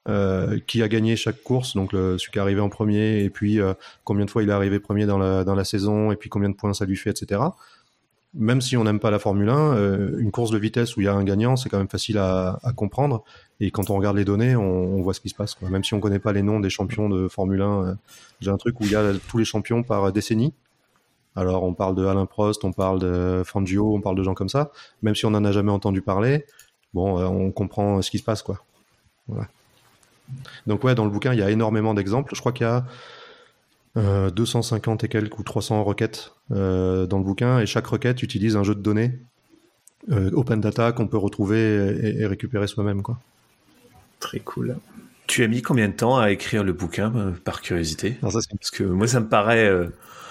euh, qui a gagné chaque course, donc le, celui qui est arrivé en premier, et puis euh, combien de fois il est arrivé premier dans la, dans la saison, et puis combien de points ça lui fait, et cetera. Même si on n'aime pas la Formule un, euh, une course de vitesse où il y a un gagnant, c'est quand même facile à, à comprendre. Et quand on regarde les données, on, on voit ce qui se passe, quoi. Même si on connaît pas les noms des champions de Formule un, euh, j'ai un truc où il y a tous les champions par décennie. Alors on parle de Alain Prost, on parle de Fangio, on parle de gens comme ça. Même si on n'en a jamais entendu parler, bon, euh, on comprend ce qui se passe, quoi. Voilà. Donc ouais, dans le bouquin, il y a énormément d'exemples. Je crois qu'il y a Euh, deux cent cinquante et quelques ou trois cents requêtes euh, dans le bouquin, et chaque requête utilise un jeu de données euh, open data qu'on peut retrouver et, et récupérer soi-même, quoi. Très cool. Tu as mis combien de temps à écrire le bouquin, euh, par curiosité? Alors ça, c'est... Parce que moi, ça me paraît euh,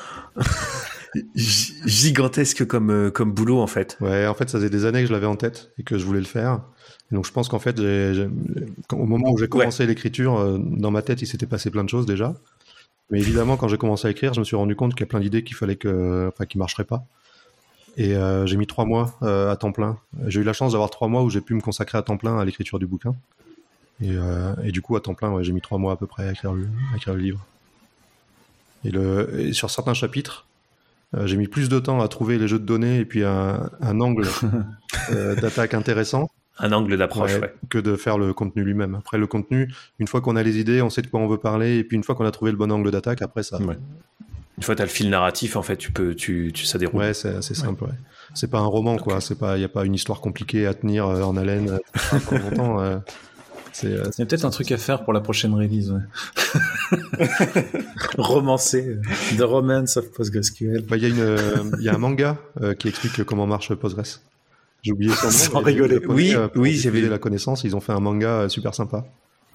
gigantesque comme, euh, comme boulot, en fait. Ouais, en fait, ça faisait des années que je l'avais en tête et que je voulais le faire. Et donc je pense qu'en fait, j'ai, j'ai... au moment où j'ai commencé ouais. l'écriture, euh, dans ma tête, il s'était passé plein de choses déjà. Mais évidemment, quand j'ai commencé à écrire, je me suis rendu compte qu'il y a plein d'idées qu'il fallait que, enfin, qui marcheraient pas. Et euh, j'ai mis trois mois euh, à temps plein. J'ai eu la chance d'avoir trois mois où j'ai pu me consacrer à temps plein à l'écriture du bouquin. Et, euh, et du coup, à temps plein, ouais, j'ai mis trois mois à peu près à écrire le, à écrire le livre. Et, le, et sur certains chapitres, euh, j'ai mis plus de temps à trouver les jeux de données et puis un, un angle euh, d'attaque intéressant. Un angle d'approche, ouais, ouais. Que de faire le contenu lui-même. Après, le contenu, une fois qu'on a les idées, on sait de quoi on veut parler, et puis une fois qu'on a trouvé le bon angle d'attaque, après ça... Ouais. Une fois que tu as le fil narratif, en fait, tu peux, tu, tu, ça déroule. Ouais, c'est assez simple, ouais. Ouais. C'est pas un roman, okay. quoi. C'est pas, il n'y a pas une histoire compliquée à tenir euh, en haleine euh, longtemps. Euh, c'est, euh, il y a peut-être un truc à faire pour la prochaine release. Ouais. Romancer. The Romance of PostgreSQL. Bah, il y a une, euh, il y a un manga euh, qui explique comment marche Postgres. J'ai oublié son nom. Sans rigoler. Oui, euh, oui, j'avais la connaissance. Ils ont fait un manga euh, super sympa.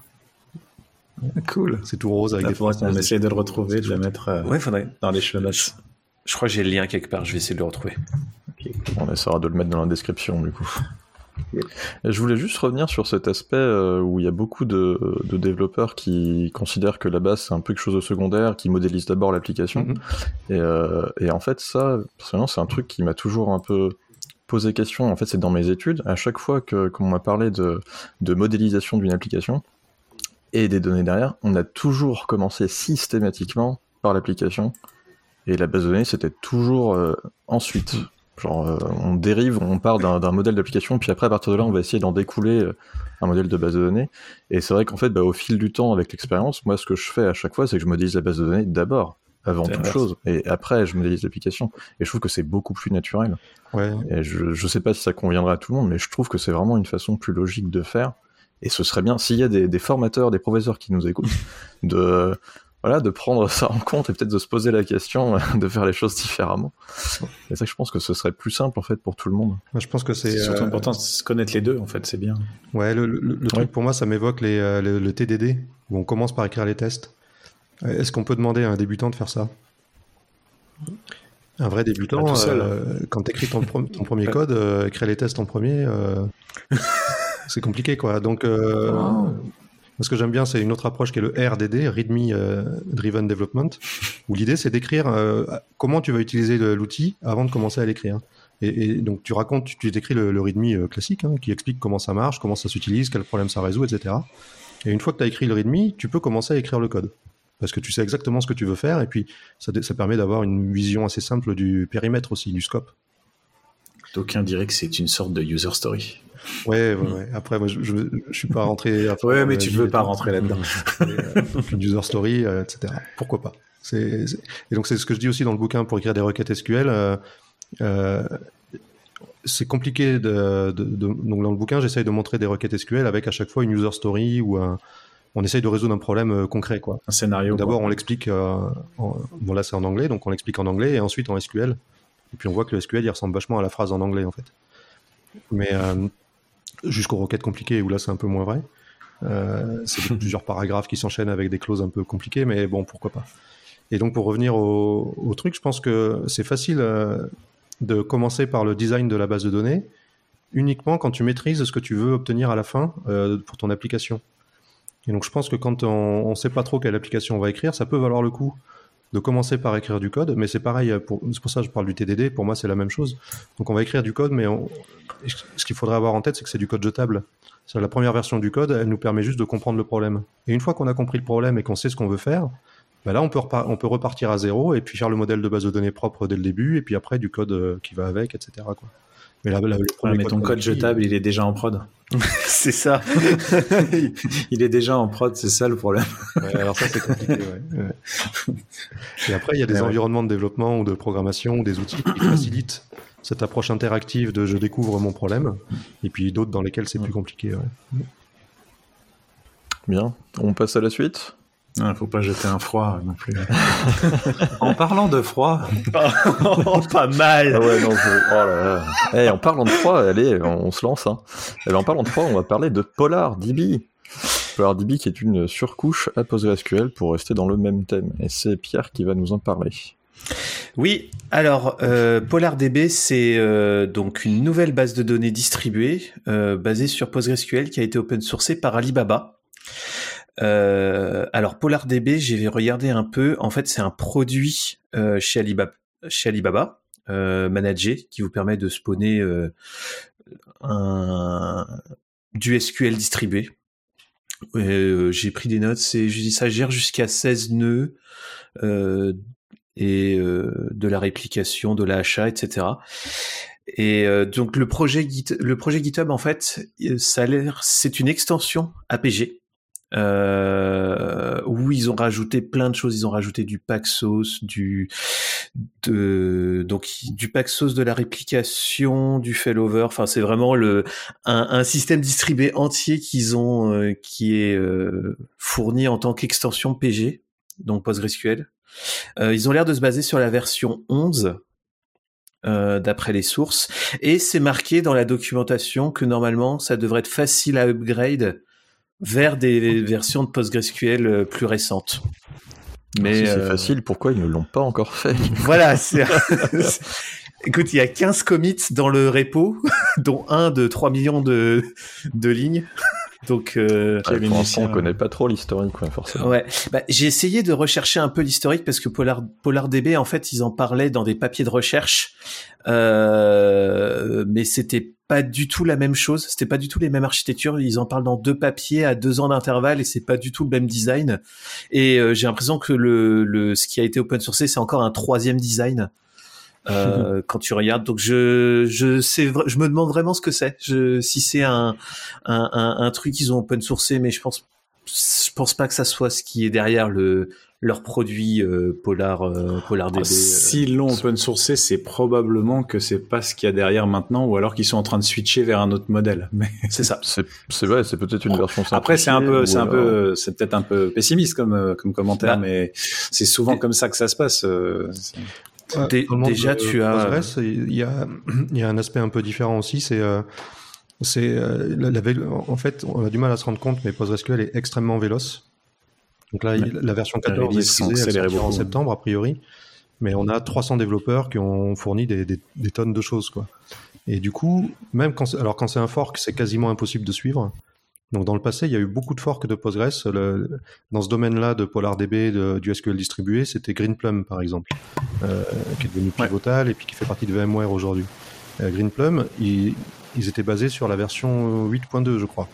Cool. C'est tout rose avec là, des phrases. On va essayer de le retrouver, de le mettre euh, ouais, faudrait. dans les show notes. Je crois que j'ai le lien quelque part. Je vais essayer de le retrouver. Okay. On essaiera de le mettre dans la description, du coup. Okay. Et je voulais juste revenir sur cet aspect euh, où il y a beaucoup de, de développeurs qui considèrent que la base c'est un peu quelque chose de secondaire, qui modélisent d'abord l'application. Mm-hmm. Et, euh, et en fait, ça, personnellement, c'est un truc qui m'a toujours un peu poser question. En fait, c'est dans mes études, à chaque fois que qu'on m'a parlé de, de modélisation d'une application et des données derrière, on a toujours commencé systématiquement par l'application, et la base de données, c'était toujours euh, ensuite. Genre, euh, on dérive, on part d'un, d'un modèle d'application, puis après, à partir de là, on va essayer d'en découler euh, un modèle de base de données. Et c'est vrai qu'en fait, bah, au fil du temps, avec l'expérience, moi, ce que je fais à chaque fois, c'est que je modélise la base de données d'abord, avant c'est toute inverse. chose, et après je modélise l'application, et je trouve que c'est beaucoup plus naturel. Ouais. Et je, je sais pas si ça conviendra à tout le monde, mais je trouve que c'est vraiment une façon plus logique de faire, et ce serait bien, s'il y a des, des formateurs, des professeurs qui nous écoutent, de, voilà, de prendre ça en compte, et peut-être de se poser la question, de faire les choses différemment. Et ça, je pense que ce serait plus simple, en fait, pour tout le monde. Je pense que c'est... C'est surtout euh... important de connaître les deux, en fait, c'est bien. Ouais, le, le, le ouais. truc pour moi, ça m'évoque les, euh, le, le T D D, où on commence par écrire les tests. Est-ce qu'on peut demander à un débutant de faire ça ? Un vrai débutant, tout seul, euh, hein. Quand tu écris ton, ton premier code, euh, écrire les tests en premier, euh, c'est compliqué, quoi. Donc, euh, oh. ce que j'aime bien, c'est une autre approche qui est le R D D, Readme euh, Driven Development, où l'idée, c'est d'écrire euh, comment tu vas utiliser le, l'outil avant de commencer à l'écrire. Et, et donc, tu racontes, tu, tu écris le, le Readme classique, hein, qui explique comment ça marche, comment ça s'utilise, quel problème ça résout, et cetera. Et une fois que tu as écrit le Readme, tu peux commencer à écrire le code. Parce que tu sais exactement ce que tu veux faire, et puis ça, ça permet d'avoir une vision assez simple du périmètre aussi, du scope. D'aucuns diraient que c'est une sorte de user story. Ouais, ouais, ouais. Après, moi, je, je, je suis pas rentré... ouais, mais tu veux pas rentrer là-dedans. euh, une user story, euh, et cetera. Pourquoi pas. C'est, c'est... Et donc, c'est ce que je dis aussi dans le bouquin pour écrire des requêtes S Q L. Euh, euh, c'est compliqué de, de, de... Donc, dans le bouquin, j'essaye de montrer des requêtes S Q L avec à chaque fois une user story ou un... On essaye de résoudre un problème euh, concret, quoi. Un scénario. D'abord, quoi. on l'explique. Euh, en... Bon, là, c'est en anglais, donc on l'explique en anglais, et ensuite en S Q L. Et puis on voit que le S Q L, il ressemble vachement à la phrase en anglais, en fait. Mais euh, jusqu'aux requêtes compliquées, où là, c'est un peu moins vrai. Euh, c'est plusieurs paragraphes qui s'enchaînent avec des clauses un peu compliquées, mais bon, pourquoi pas. Et donc, pour revenir au, au truc, je pense que c'est facile euh, de commencer par le design de la base de données, uniquement quand tu maîtrises ce que tu veux obtenir à la fin euh, pour ton application. Et donc, je pense que quand on ne sait pas trop quelle application on va écrire, ça peut valoir le coup de commencer par écrire du code, mais c'est pareil, pour, c'est pour ça que je parle du T D D, pour moi c'est la même chose. Donc on va écrire du code, mais on, ce qu'il faudrait avoir en tête, c'est que c'est du code jetable. C'est la première version du code, elle nous permet juste de comprendre le problème. Et une fois qu'on a compris le problème et qu'on sait ce qu'on veut faire, ben là on peut, repar- on peut repartir à zéro et puis faire le modèle de base de données propre dès le début, et puis après du code euh, qui va avec, et cetera, quoi. Mais, là, là, le ouais, mais ton code jetable, il est déjà en prod. C'est ça. Il est déjà en prod, c'est ça le problème. Ouais, alors ça, c'est compliqué, ouais. ouais. Et après, il y a des ouais, environnements ouais. de développement ou de programmation ou des outils qui facilitent cette approche interactive de je découvre mon problème, et puis d'autres dans lesquels c'est ouais. plus compliqué. Ouais. Bien, on passe à la suite. Il ne faut pas jeter un froid non plus. En parlant de froid. Oh, pas mal. Ah ouais, non, je... oh là là. Hey, en parlant de froid, allez, on se lance. Hein. Et en parlant de froid, on va parler de PolarDB. PolarDB qui est une surcouche à PostgreSQL pour rester dans le même thème. Et c'est Pierre qui va nous en parler. Oui, alors euh, PolarDB, c'est euh, donc une nouvelle base de données distribuée euh, basée sur PostgreSQL qui a été open sourcée par Alibaba. Euh, alors PolarDB, j'ai regardé un peu. En fait, c'est un produit euh, chez Alibaba, chez Alibaba, euh, managé, qui vous permet de spawner euh, un du S Q L distribué. Euh, j'ai pris des notes. C'est, ça gère jusqu'à seize nœuds euh, et euh, de la réplication, de l'achat, et cetera. Et euh, donc le projet Git, le projet GitHub, en fait, ça a l'air, c'est une extension A P G. Euh, où ils ont rajouté plein de choses, ils ont rajouté du Paxos, du de donc du Paxos, de la réplication, du failover. Enfin, c'est vraiment le un, un système distribué entier qu'ils ont euh, qui est euh, fourni en tant qu'extension P G, donc PostgreSQL. Euh, ils ont l'air de se baser sur la version onze. Euh, d'après les sources, et c'est marqué dans la documentation que normalement ça devrait être facile à upgrade vers des versions de PostgreSQL plus récentes. Mais si c'est euh... facile, pourquoi ils ne l'ont pas encore fait ? Voilà, c'est... Écoute, il y a quinze commits dans le repo, dont un de trois millions de, de lignes. Donc, euh, ah, pour l'instant, on connaît pas trop l'historique, quoi, forcément. Ouais. Bah, j'ai essayé de rechercher un peu l'historique parce que Polar, PolarDB, en fait, ils en parlaient dans des papiers de recherche, euh, mais c'était pas du tout la même chose. C'était pas du tout les mêmes architectures. Ils en parlent dans deux papiers à deux ans d'intervalle et c'est pas du tout le même design. Et euh, j'ai l'impression que le, le, ce qui a été open sourcé, c'est encore un troisième design. Euh, quand tu regardes, donc je je sais, je me demande vraiment ce que c'est. Je, si c'est un un un, un truc qu'ils ont open sourcé, mais je pense je pense pas que ça soit ce qui est derrière le leur produit euh, Polar euh, PolarDB. Ah, s'ils l'ont open sourcé, c'est probablement que c'est pas ce qu'il y a derrière maintenant, ou alors qu'ils sont en train de switcher vers un autre modèle. Mais c'est ça. C'est c'est vrai, c'est peut-être une version simplifiée. Après, c'est un peu, c'est alors... un peu, c'est peut-être un peu pessimiste comme comme commentaire, bah, mais c'est souvent et... comme ça que ça se passe. Euh, Ouais, Dé- déjà, de, tu as. Postgres, il y a, il y a un aspect un peu différent aussi. C'est, euh, c'est euh, la, la, en fait, on a du mal à se rendre compte, mais PostgreSQL est extrêmement véloce. Donc là, ouais. la version quatorze est frisée, elle sortira en septembre a priori, mais on a trois cents développeurs qui ont fourni des, des, des tonnes de choses, quoi. Et du coup, même quand, alors quand c'est un fork, c'est quasiment impossible de suivre. Donc dans le passé, il y a eu beaucoup de forks de Postgres. Le, dans ce domaine-là de PolarDB, de, du S Q L distribué, c'était Greenplum par exemple, euh, qui est devenu Pivotal ouais. et puis qui fait partie de VMware aujourd'hui. Euh, Greenplum, ils, ils étaient basés sur la version huit point deux, je crois.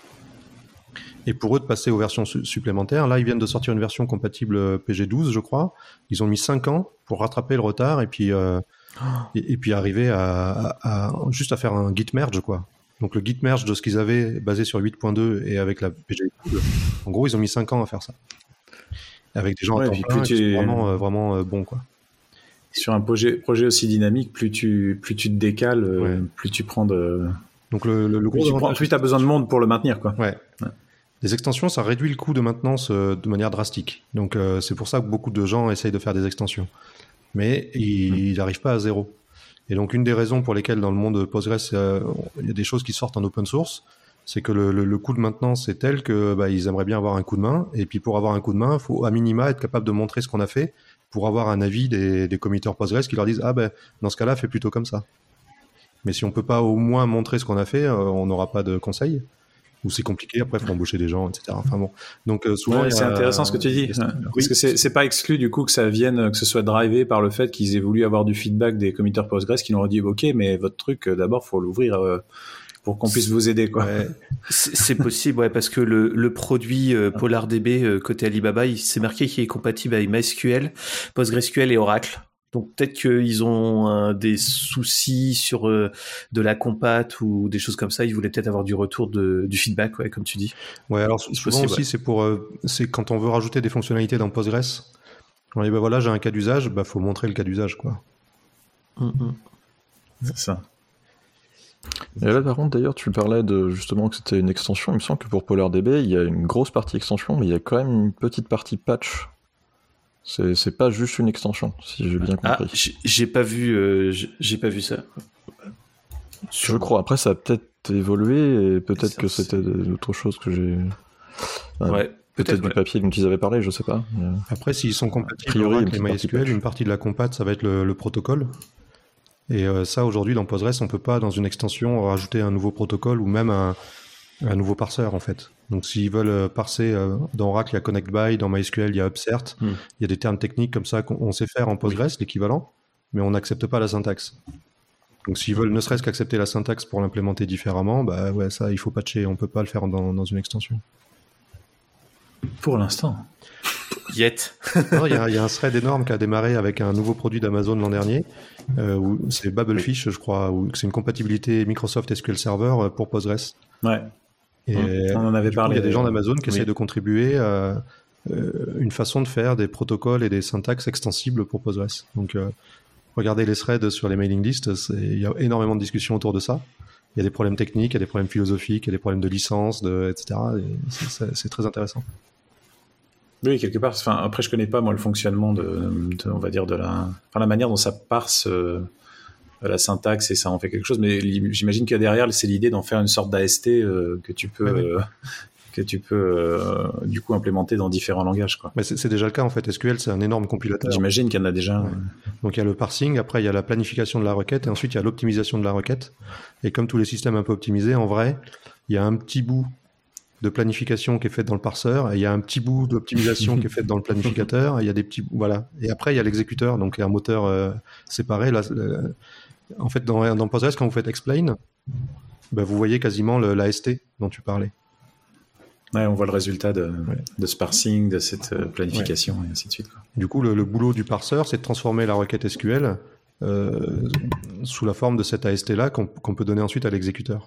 Et pour eux de passer aux versions su- supplémentaires, là ils viennent de sortir une version compatible P G douze, je crois. Ils ont mis cinq ans pour rattraper le retard et puis euh, oh. et, et puis arriver à, à, à juste à faire un git merge, quoi. Donc le git merge de ce qu'ils avaient basé sur huit point deux et avec la P G douze, en gros ils ont mis cinq ans à faire ça. Avec des gens ouais, à temps plein qui sont vraiment, euh, vraiment euh, bons, quoi. Sur un projet, projet aussi dynamique, plus tu, plus tu te décales, euh, ouais. plus tu prends de... Donc le, le, le plus tu prends, plus t'as besoin de monde pour le maintenir, quoi. Ouais. ouais. Les extensions, ça réduit le coût de maintenance euh, de manière drastique. Donc euh, c'est pour ça que beaucoup de gens essayent de faire des extensions. Mais ils n'arrivent pas à zéro. Et donc, une des raisons pour lesquelles dans le monde Postgres, euh, il y a des choses qui sortent en open source, c'est que le, le, le coût de maintenance est tel que bah, ils aimeraient bien avoir un coup de main. Et puis, pour avoir un coup de main, il faut à minima être capable de montrer ce qu'on a fait pour avoir un avis des, des committeurs Postgres qui leur disent « Ah ben, dans ce cas-là, fais plutôt comme ça ». Mais si on peut pas au moins montrer ce qu'on a fait, euh, on n'aura pas de conseils. où c'est compliqué, après il faut embaucher des gens, et cetera. Enfin bon, donc euh, souvent ouais, c'est a... intéressant ce que tu dis, oui. parce que c'est, c'est pas exclu du coup que ça vienne, que ce soit drivé par le fait qu'ils aient voulu avoir du feedback des committeurs Postgres qui leur ont dit ok, mais votre truc euh, d'abord faut l'ouvrir euh, pour qu'on puisse vous aider quoi. Ouais. C'est, c'est possible, ouais, parce que le, le produit euh, PolarDB euh, côté Alibaba, il s'est marqué qu'il est compatible avec MySQL, PostgreSQL et Oracle. Donc peut-être qu'ils ont euh, des soucis sur euh, de la compat ou des choses comme ça. Ils voulaient peut-être avoir du retour de, du feedback, ouais, comme tu dis. Ouais, alors souvent possible, aussi ouais. c'est pour euh, c'est quand on veut rajouter des fonctionnalités dans Postgres. On dit bah voilà j'ai un cas d'usage, bah faut montrer le cas d'usage quoi. Mm-hmm. C'est ça. Et là, par contre, d'ailleurs, tu parlais de justement que c'était une extension. Il me semble que pour PolarDB, il y a une grosse partie extension, mais il y a quand même une petite partie patch. C'est, c'est pas juste une extension, si j'ai bien compris. Ah, j'ai, j'ai pas vu, euh, j'ai, j'ai pas vu ça. Je crois. Après, ça a peut-être évolué et peut-être ça, que c'était c'est... autre chose que j'ai. Ouais, ouais, peut-être, peut-être du ouais. papier dont ils avaient parlé, je sais pas. Mais... Après, s'ils sont compatibles priori, Oracle et une petite MySQL, partie une partie de la compat, ça va être le, le protocole. Et euh, ça, aujourd'hui, dans Postgres, on peut pas, dans une extension, rajouter un nouveau protocole ou même un, un nouveau parseur, en fait. Donc, s'ils veulent parser, euh, dans Oracle, il y a ConnectBy, dans MySQL, il y a Upsert. Hmm. Il y a des termes techniques comme ça qu'on sait faire en Postgres, oui. l'équivalent, mais on n'accepte pas la syntaxe. Donc, s'ils veulent ne serait-ce qu'accepter la syntaxe pour l'implémenter différemment, bah ouais, ça, il faut patcher. On peut pas le faire dans, dans une extension. Pour l'instant. Yet. Non, il y, y a un thread énorme qui a démarré avec un nouveau produit d'Amazon l'an dernier. Euh, où c'est Babelfish, je crois, où c'est une compatibilité Microsoft S Q L Server pour Postgres. Ouais. Et mmh. On en avait parlé. Il y a des gens d'Amazon qui oui. essaient de contribuer à euh, une façon de faire des protocoles et des syntaxes extensibles pour Postgres. Donc, euh, regardez les threads sur les mailing lists, il y a énormément de discussions autour de ça. Il y a des problèmes techniques, il y a des problèmes philosophiques, il y a des problèmes de licence, de, et cetera. Et c'est, c'est, c'est très intéressant. Oui, quelque part. Enfin, après, je connais pas moi le fonctionnement de, de on va dire de la, enfin la manière dont ça parse euh, la syntaxe et ça en fait quelque chose. Mais j'imagine que derrière, c'est l'idée d'en faire une sorte d'A S T euh, que tu peux, oui, oui. Euh, que tu peux euh, du coup implémenter dans différents langages, quoi. Mais c'est, c'est déjà le cas en fait. S Q L, c'est un énorme compilateur. J'imagine qu'il y en a déjà. Ouais. Donc il y a le parsing, après il y a la planification de la requête et ensuite il y a l'optimisation de la requête. Et comme tous les systèmes un peu optimisés, en vrai, il y a un petit bout de planification qui est faite dans le parseur, et il y a un petit bout d'optimisation qui est faite dans le planificateur, et il y a des petits, voilà. Et après, il y a l'exécuteur, donc il y a un moteur euh, séparé. Là, euh, en fait, dans, dans Postgres, quand vous faites explain, ben, vous voyez quasiment le, l'A S T dont tu parlais. Ouais, on voit le résultat de, ouais. de ce parsing, de cette euh, planification, ouais. et ainsi de suite, quoi. Du coup, le, le boulot du parseur, c'est de transformer la requête S Q L euh, sous la forme de cet A S T-là qu'on, qu'on peut donner ensuite à l'exécuteur.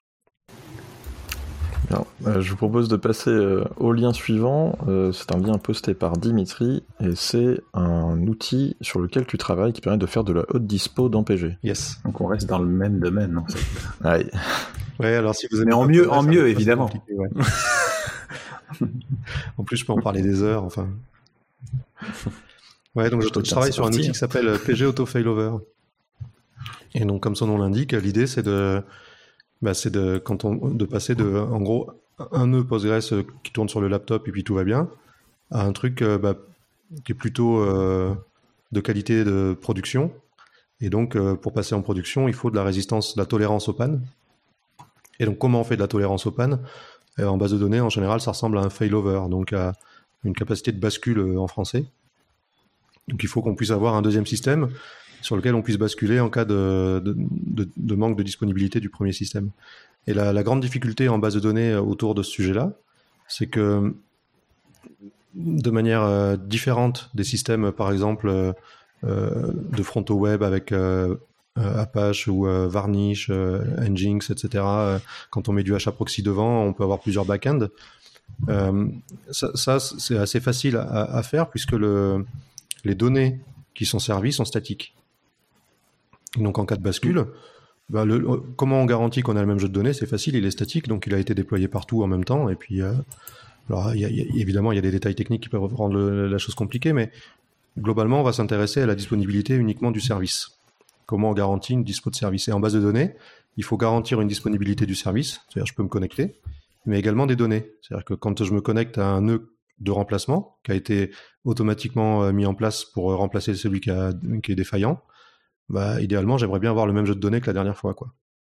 Alors, euh, je vous propose de passer euh, au lien suivant. Euh, c'est un lien posté par Dimitri et c'est un outil sur lequel tu travailles qui permet de faire de la haute dispo dans P G. Yes. Donc on reste dans le même domaine en fait. Ouais. Ouais, alors si vous Mais en mieux, en mieux évidemment. Ouais. En plus, je peux en parler des heures. Enfin. Ouais, donc je, je travaille sur un outil qui s'appelle P G Auto Failover. Et donc, comme son nom l'indique, l'idée c'est de Bah, c'est de, quand on, de passer de, en gros, un nœud Postgres qui tourne sur le laptop et puis tout va bien, à un truc euh, bah, qui est plutôt euh, de qualité de production. Et donc, euh, pour passer en production, il faut de la résistance, de la tolérance aux pannes. Et donc, comment on fait de la tolérance aux pannes ? euh, En base de données, en général, ça ressemble à un failover, donc à une capacité de bascule euh, en français. Donc, il faut qu'on puisse avoir un deuxième système sur lequel on puisse basculer en cas de, de, de, de manque de disponibilité du premier système. Et la, la grande difficulté en base de données autour de ce sujet-là, c'est que de manière euh, différente des systèmes, par exemple, euh, de front au web avec euh, Apache ou euh, Varnish, euh, Nginx, et cetera, euh, quand on met du Hproxy devant, on peut avoir plusieurs back-ends. Euh, ça, ça, c'est assez facile à, à faire puisque le, les données qui sont servies sont statiques. Donc en cas de bascule, bah le, comment on garantit qu'on a le même jeu de données ? C'est facile, il est statique, donc il a été déployé partout en même temps. Et puis, euh, alors, y a, y a, évidemment, il y a des détails techniques qui peuvent rendre le, la chose compliquée, mais globalement, on va s'intéresser à la disponibilité uniquement du service. Comment on garantit une dispo de service ? Et en base de données, il faut garantir une disponibilité du service, c'est-à-dire je peux me connecter, mais également des données. C'est-à-dire que quand je me connecte à un nœud de remplacement qui a été automatiquement mis en place pour remplacer celui qui, a, qui est défaillant, bah, idéalement, j'aimerais bien avoir le même jeu de données que la dernière fois, quoi.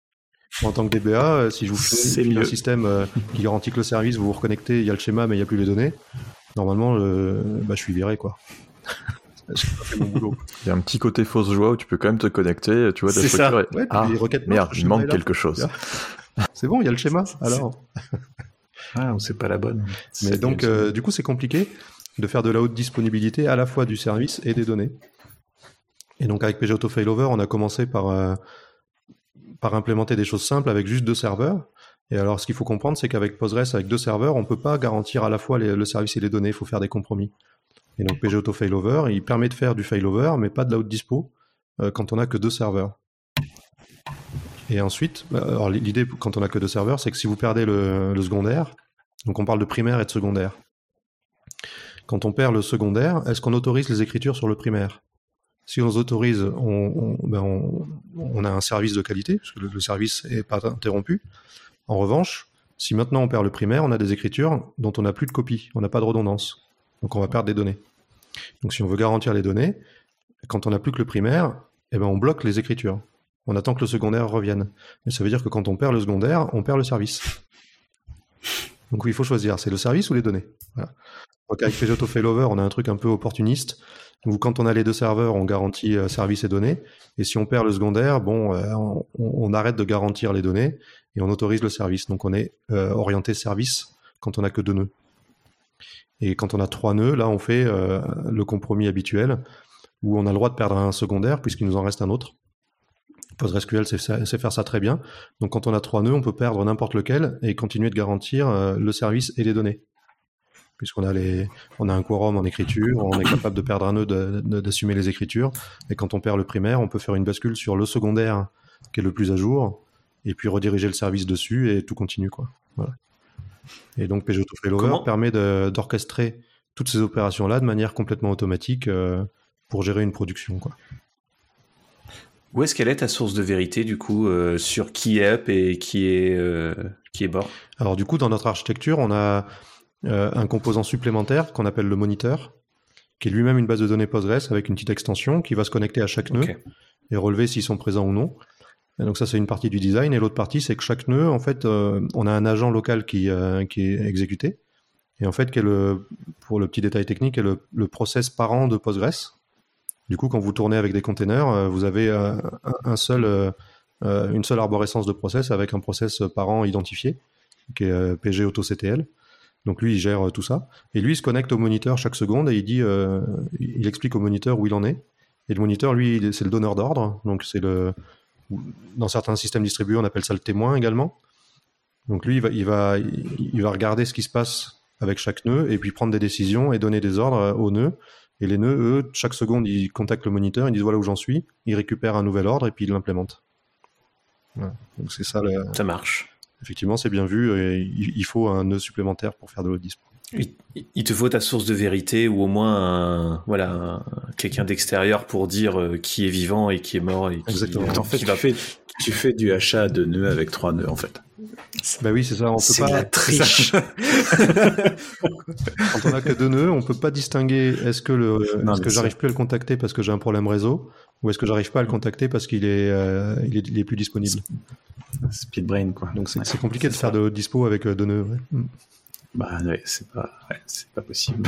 En tant que D B A, euh, si je vous C'est fais un mieux. système euh, qui garantit que le service, vous vous reconnectez, il y a le schéma, mais il n'y a plus les données, normalement, euh, bah, je suis viré, quoi. J'ai pas fait mon boulot. Il y a un petit côté fausse joie où tu peux quand même te connecter, tu vois, ta C'est ça. structure et- Ouais, puis ah, les requêtes merde, marchent, le il schéma manque est là. quelque chose. C'est bon, il y a le schéma, alors. Ah, c'est pas la bonne. Mais C'est donc, bien, euh, du coup, c'est compliqué de faire de la haute disponibilité à la fois du service et des données. Et donc, avec P G Auto Failover, on a commencé par, euh, par implémenter des choses simples avec juste deux serveurs. Et alors, ce qu'il faut comprendre, c'est qu'avec Postgres, avec deux serveurs, on ne peut pas garantir à la fois les- le service et les données. Il faut faire des compromis. Et donc, P G Auto Failover, il permet de faire du failover, mais pas de la haute dispo euh, quand on n'a que deux serveurs. Et ensuite, bah, alors l'idée quand on n'a que deux serveurs, c'est que si vous perdez le, le secondaire, donc on parle de primaire et de secondaire. Quand on perd le secondaire, est-ce qu'on autorise les écritures sur le primaire? Si on les autorise, on, on, ben on, on a un service de qualité, parce que le, le service n'est pas interrompu. En revanche, si maintenant on perd le primaire, on a des écritures dont on n'a plus de copie, on n'a pas de redondance. Donc on va perdre des données. Donc si on veut garantir les données, quand on n'a plus que le primaire, eh ben on bloque les écritures. On attend que le secondaire revienne. Mais ça veut dire que quand on perd le secondaire, on perd le service. Donc oui, il faut choisir, c'est le service ou les données. Voilà. Donc avec P G Auto Failover, on a un truc un peu opportuniste, où quand on a les deux serveurs, on garantit euh, service et données, et si on perd le secondaire, bon, euh, on, on arrête de garantir les données, et on autorise le service. Donc on est euh, orienté service quand on n'a que deux nœuds. Et quand on a trois nœuds, là on fait euh, le compromis habituel, où on a le droit de perdre un secondaire, puisqu'il nous en reste un autre. PostgreSQL sait, sait faire ça très bien. Donc quand on a trois nœuds, on peut perdre n'importe lequel et continuer de garantir euh, le service et les données. Puisqu'on a, les, on a un quorum en écriture, on est capable de perdre un nœud, de, de, d'assumer les écritures. Et quand on perd le primaire, on peut faire une bascule sur le secondaire qui est le plus à jour, et puis rediriger le service dessus et tout continue, quoi. Voilà. Et donc P G Auto Failover permet de, d'orchestrer toutes ces opérations-là de manière complètement automatique euh, pour gérer une production, quoi. Où est-ce qu'elle est ta source de vérité du coup euh, sur qui est up et qui est euh, qui est bord? Alors du coup dans notre architecture on a euh, un composant supplémentaire qu'on appelle le moniteur, qui est lui-même une base de données Postgres avec une petite extension qui va se connecter à chaque nœud okay. et relever s'ils sont présents ou non. Et donc ça c'est une partie du design, et l'autre partie c'est que chaque nœud en fait euh, on a un agent local qui euh, qui est exécuté, et en fait qui est le, pour le petit détail technique, est le, le process parent de Postgres. Du coup, quand vous tournez avec des containers, vous avez euh, un seul, euh, une seule arborescence de process avec un process parent identifié, qui est euh, P G Auto C T L. Donc lui, il gère euh, tout ça. Et lui, il se connecte au moniteur chaque seconde et il dit, euh, il explique au moniteur où il en est. Et le moniteur, lui, c'est le donneur d'ordre. Donc c'est le, dans certains systèmes distribués, on appelle ça le témoin également. Donc lui, il va, il va, il va regarder ce qui se passe avec chaque nœud et puis prendre des décisions et donner des ordres aux nœuds. Et les nœuds, eux, chaque seconde, ils contactent le moniteur, ils disent voilà où j'en suis, ils récupèrent un nouvel ordre et puis ils l'implémentent. Voilà. Donc c'est ça. Le... Ça marche. Effectivement, c'est bien vu, et il faut un nœud supplémentaire pour faire de l'haute dispo. Il, il te faut ta source de vérité ou au moins un, voilà, un, quelqu'un d'extérieur pour dire euh, qui est vivant et qui est mort. Et qui, Exactement. Euh, en fait, qui tu, va... fais, tu fais du achat de nœuds avec trois nœuds, en fait. Bah oui, c'est ça. On peut c'est pas... de la triche. Quand on a que deux nœuds, on peut pas distinguer est-ce que, le, non, est-ce que j'arrive ça... plus à le contacter parce que j'ai un problème réseau, ou est-ce que j'arrive pas à le contacter parce qu'il est, euh, il est, il est plus disponible. Speedbrain, quoi. Donc c'est, ouais, c'est compliqué c'est de ça. faire de haute dispo avec deux nœuds. Ouais. Mm. Bah ouais, c'est pas, ouais, c'est pas possible.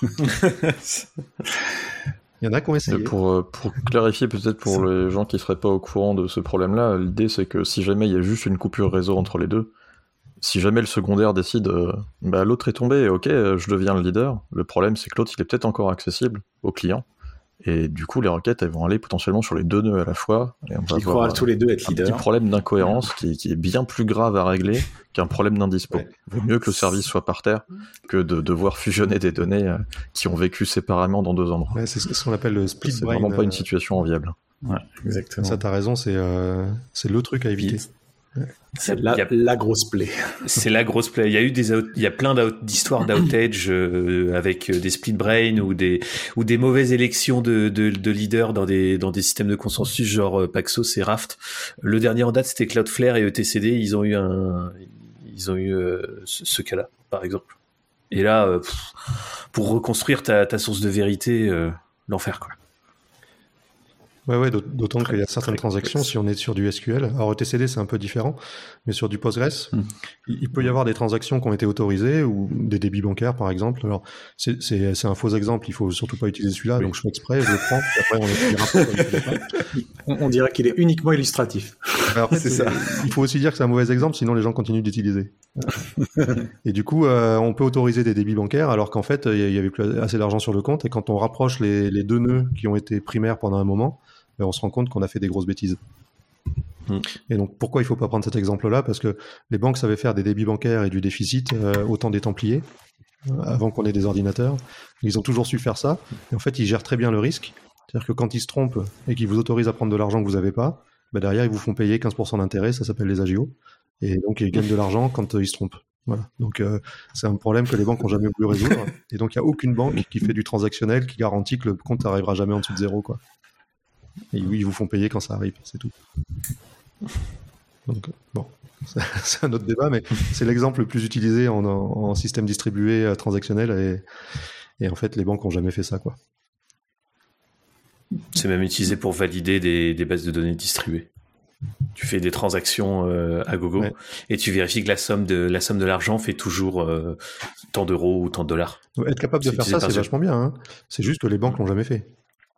Il y en a qui ont essayé. Pour, pour clarifier peut-être pour c'est... les gens qui seraient pas au courant de ce problème-là, l'idée c'est que si jamais il y a juste une coupure réseau entre les deux, si jamais le secondaire décide euh, bah l'autre est tombé, ok, je deviens le leader, le problème c'est que l'autre il est peut-être encore accessible au client, et du coup les requêtes elles vont aller potentiellement sur les deux nœuds à la fois, et on va ils avoir croient tous les deux être un leader. petit problème d'incohérence qui, qui est bien plus grave à régler qu'un problème d'indispo. Ouais. Vaut mieux que le service soit par terre que de devoir fusionner des données euh, qui ont vécu séparément dans deux endroits. Ouais, c'est ce qu'on appelle le split c'est brain. C'est vraiment pas une situation enviable. Ouais, exactement. Ça, t'as raison, c'est, euh, c'est le truc à éviter. Ouais. C'est la, a, la grosse plaie. C'est la grosse plaie. Il y a eu des, out, il y a plein d'histoires d'outage euh, avec des split brain ou des ou des mauvaises élections de, de, de leaders dans des dans des systèmes de consensus genre euh, Paxos et Raft. Le dernier en date c'était Cloudflare et E T C D. Ils ont eu un, ils ont eu euh, ce, ce cas-là par exemple. Et là, euh, pff, pour reconstruire ta, ta source de vérité, euh, l'enfer quoi. Ouais, ouais, d'autant qu'il y a certaines transactions, si on est sur du S Q L, alors E T C D c'est un peu différent, mais sur du Postgres, mmh. il, il peut y avoir des transactions qui ont été autorisées ou des débits bancaires par exemple. Alors c'est, c'est, c'est un faux exemple, il faut surtout pas utiliser celui-là, oui. donc je fais exprès, je le prends, puis après on est on, on dirait qu'il est uniquement illustratif. Alors, en fait, c'est ça. Il faut aussi dire que c'est un mauvais exemple, sinon les gens continuent d'utiliser. Et du coup, euh, on peut autoriser des débits bancaires alors qu'en fait, il y avait plus assez d'argent sur le compte, et quand on rapproche les, les deux nœuds qui ont été primaires pendant un moment, on se rend compte qu'on a fait des grosses bêtises. Mmh. Et donc, pourquoi il ne faut pas prendre cet exemple-là ? Parce que les banques savaient faire des débits bancaires et du déficit euh, au temps des Templiers, euh, avant qu'on ait des ordinateurs. Ils ont toujours su faire ça. Et en fait, ils gèrent très bien le risque. C'est-à-dire que quand ils se trompent et qu'ils vous autorisent à prendre de l'argent que vous n'avez pas, bah derrière, ils vous font payer quinze pour cent d'intérêt, ça s'appelle les agios. Et donc, ils gagnent de l'argent quand euh, ils se trompent. Voilà. Donc, euh, c'est un problème que les banques n'ont jamais voulu résoudre. Et donc, il n'y a aucune banque qui fait du transactionnel qui garantit que le compte n'arrivera jamais en dessous de zéro, quoi. Et oui, ils vous font payer quand ça arrive, c'est tout. Donc, bon, c'est un autre débat, mais c'est l'exemple le plus utilisé en, en, en système distribué euh, transactionnel, et, et en fait, les banques n'ont jamais fait ça, quoi. C'est même utilisé pour valider des, des bases de données distribuées. Tu fais des transactions euh, à gogo, ouais. et tu vérifies que la somme de, la somme de l'argent fait toujours euh, tant d'euros ou tant de dollars. Être capable de faire ça, c'est vachement bien. Hein. C'est juste que les banques l'ont jamais fait.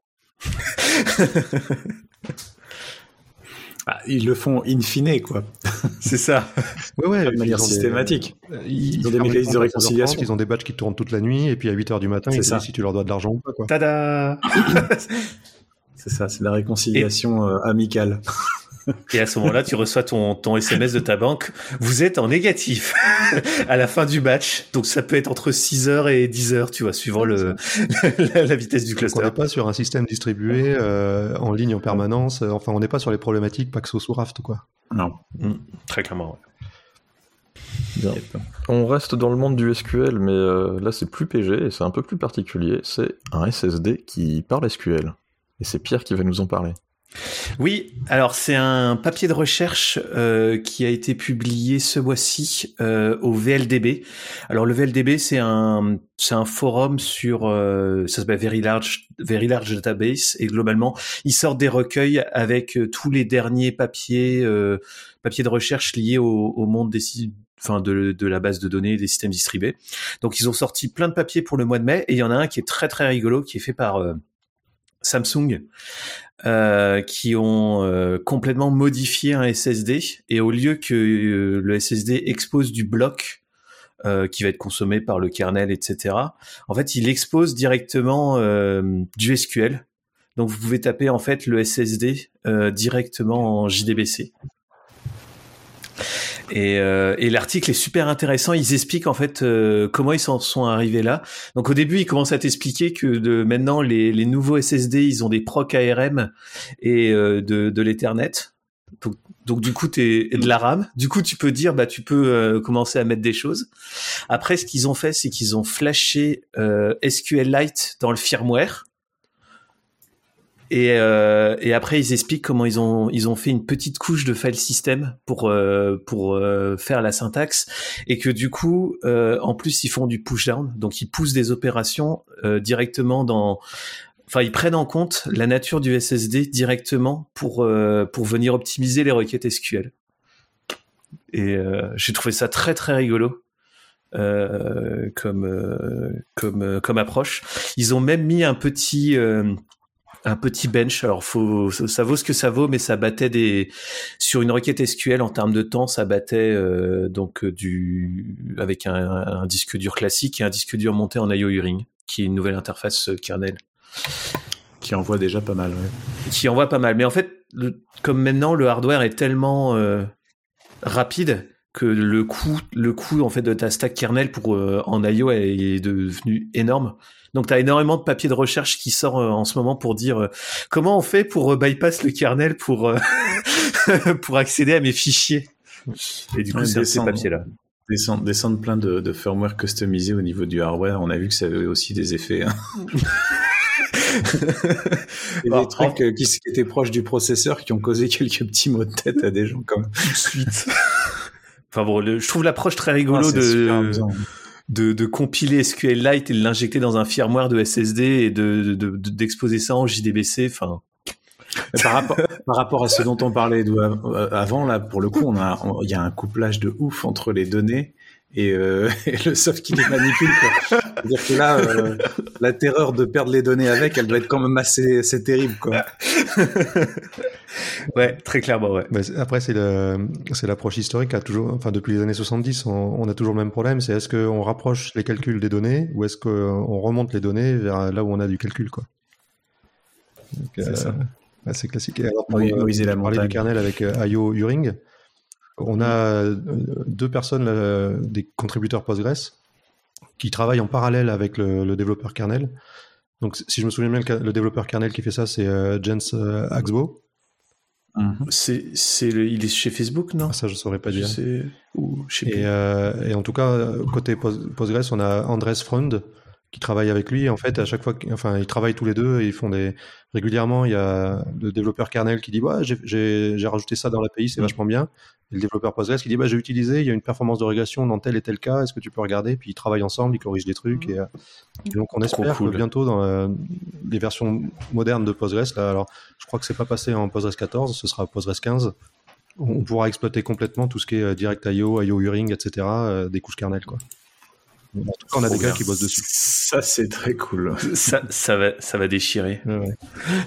Ah, ils le font in fine, quoi. C'est ça. Ouais, ouais, de manière systématique. Des, ils, ils ont des mécanismes de réconciliation. Ils ont des badges qui tournent toute la nuit, et puis à huit heures du matin, ils disent si tu leur dois de l'argent ou pas, quoi. Tada. C'est ça, c'est la réconciliation et... euh, amicale. Et à ce moment-là, tu reçois ton, ton S M S de ta banque. Vous êtes en négatif à la fin du batch. Donc, ça peut être entre six heures et dix heures, tu vois, suivant le, la, la vitesse du cluster. Donc on n'est pas sur un système distribué euh, en ligne en permanence. Enfin, on n'est pas sur les problématiques Paxos ou Raft, quoi. Non. Mmh, très clairement, ouais. Bien. On reste dans le monde du S Q L, mais euh, là, c'est plus P G et c'est un peu plus particulier. C'est un S S D qui parle S Q L. Et c'est Pierre qui va nous en parler. Oui, alors c'est un papier de recherche euh, qui a été publié ce mois-ci euh, au V L D B. Alors le V L D B, c'est un c'est un forum sur euh, ça s'appelle Very Large Very Large Database, et globalement ils sortent des recueils avec euh, tous les derniers papiers euh, papiers de recherche liés au, au monde des enfin de, de la base de données des systèmes distribués. Donc ils ont sorti plein de papiers pour le mois de mai, et il y en a un qui est très très rigolo, qui est fait par euh, Samsung. Euh, qui ont euh, complètement modifié un S S D, et au lieu que euh, le S S D expose du bloc euh, qui va être consommé par le kernel, et cetera, en fait, il expose directement euh, du S Q L. Donc, vous pouvez taper en fait le S S D euh, directement en J D B C. Et, euh, et l'article est super intéressant. Ils expliquent en fait euh, comment ils s'en sont arrivés là. Donc au début, ils commencent à t'expliquer que de maintenant les, les nouveaux S S D, ils ont des procs A R M et euh, de, de l'Ethernet. Donc, donc du coup, t'es et de la RAM. Du coup, tu peux dire bah tu peux euh, commencer à mettre des choses. Après, ce qu'ils ont fait, c'est qu'ils ont flashé euh, SQLite dans le firmware. Et, euh, et après, ils expliquent comment ils ont ils ont fait une petite couche de file system pour euh, pour euh, faire la syntaxe, et que du coup, euh, en plus, ils font du push down, donc ils poussent des opérations euh, directement dans. Enfin, ils prennent en compte la nature du S S D directement pour euh, pour venir optimiser les requêtes S Q L. Et euh, j'ai trouvé ça très très rigolo. Euh, comme euh, comme euh, comme approche. Ils ont même mis un petit euh, un petit bench. Alors faut ça vaut ce que ça vaut, mais ça battait des sur une requête S Q L en termes de temps, ça battait euh, donc du avec un, un disque dur classique et un disque dur monté en I O U-Ring, qui est une nouvelle interface kernel qui envoie déjà pas mal. Ouais. Qui envoie pas mal, mais en fait, le, comme maintenant le hardware est tellement euh, rapide que le coût, le coût en fait de ta stack kernel pour euh, en I O est devenu énorme. Donc tu as énormément de papiers de recherche qui sort euh, en ce moment pour dire euh, comment on fait pour euh, bypass le kernel pour euh, pour accéder à mes fichiers. Et du coup, ouais, c'est ces papiers-là. Descendre, descendre plein de, de firmware customisé au niveau du hardware. On a vu que ça avait aussi des effets. Hein. Et des trucs en... qui, qui étaient proches du processeur qui ont causé quelques petits maux de tête à des gens comme tout de suite. Enfin bon, le, je trouve l'approche très rigolo ah, de, de de compiler SQLite et de l'injecter dans un firmware de S S D et de, de, de d'exposer ça en J D B C. Enfin, Par rapport, par rapport à ce dont on parlait avant, là, pour le coup, on a, on, il y a un couplage de ouf entre les données et, euh, et le soft qui les manipule, quoi. C'est-à-dire que là, euh, la terreur de perdre les données avec, elle doit être quand même assez, assez terrible, quoi. Ouais, très clairement, ouais. Mais après, c'est le, c'est l'approche historique, a toujours, enfin, depuis les années soixante-dix, on, on a toujours le même problème, c'est est-ce qu'on rapproche les calculs des données ou est-ce qu'on remonte les données vers là où on a du calcul, quoi. Donc, c'est euh, ça. bah, c'est classique. Et alors, pour Oui, euh, oui, la parler du kernel avec euh, Ayo Uring, on a euh, deux personnes, là, des contributeurs Postgres, qui travaillent en parallèle avec le, le développeur kernel. Donc, si je me souviens bien, le, le développeur kernel qui fait ça, c'est euh, Jens euh, Axbo. Mm-hmm. C'est, c'est le, il est chez Facebook, non? Ah, ça, je saurais pas je dire. Sais, ou, je sais et, plus. Euh, et en tout cas, côté Postgres, on a Andres Freund qui travaille avec lui. En fait, à chaque fois, enfin, ils travaillent tous les deux et ils font des régulièrement. Il y a le développeur kernel qui dit bah, j'ai, j'ai, j'ai rajouté ça dans l'A P I, c'est mmh. vachement bien. Et le développeur Postgres qui dit bah, j'ai utilisé, il y a une performance de régression dans tel et tel cas. Est-ce que tu peux regarder? Puis ils travaillent ensemble, ils corrigent des trucs. Et, et donc on espère cool. que bientôt dans euh, les versions modernes de Postgres, là, alors je crois que c'est pas passé en Postgres quatorze, ce sera Postgres quinze. On pourra exploiter complètement tout ce qui est direct I O, I O Uring, et cetera. Euh, des couches kernel, quoi. En tout cas, on a des gars qui bossent dessus. Ça, c'est très cool. ça, ça, va, ça va déchirer. Ouais, ouais.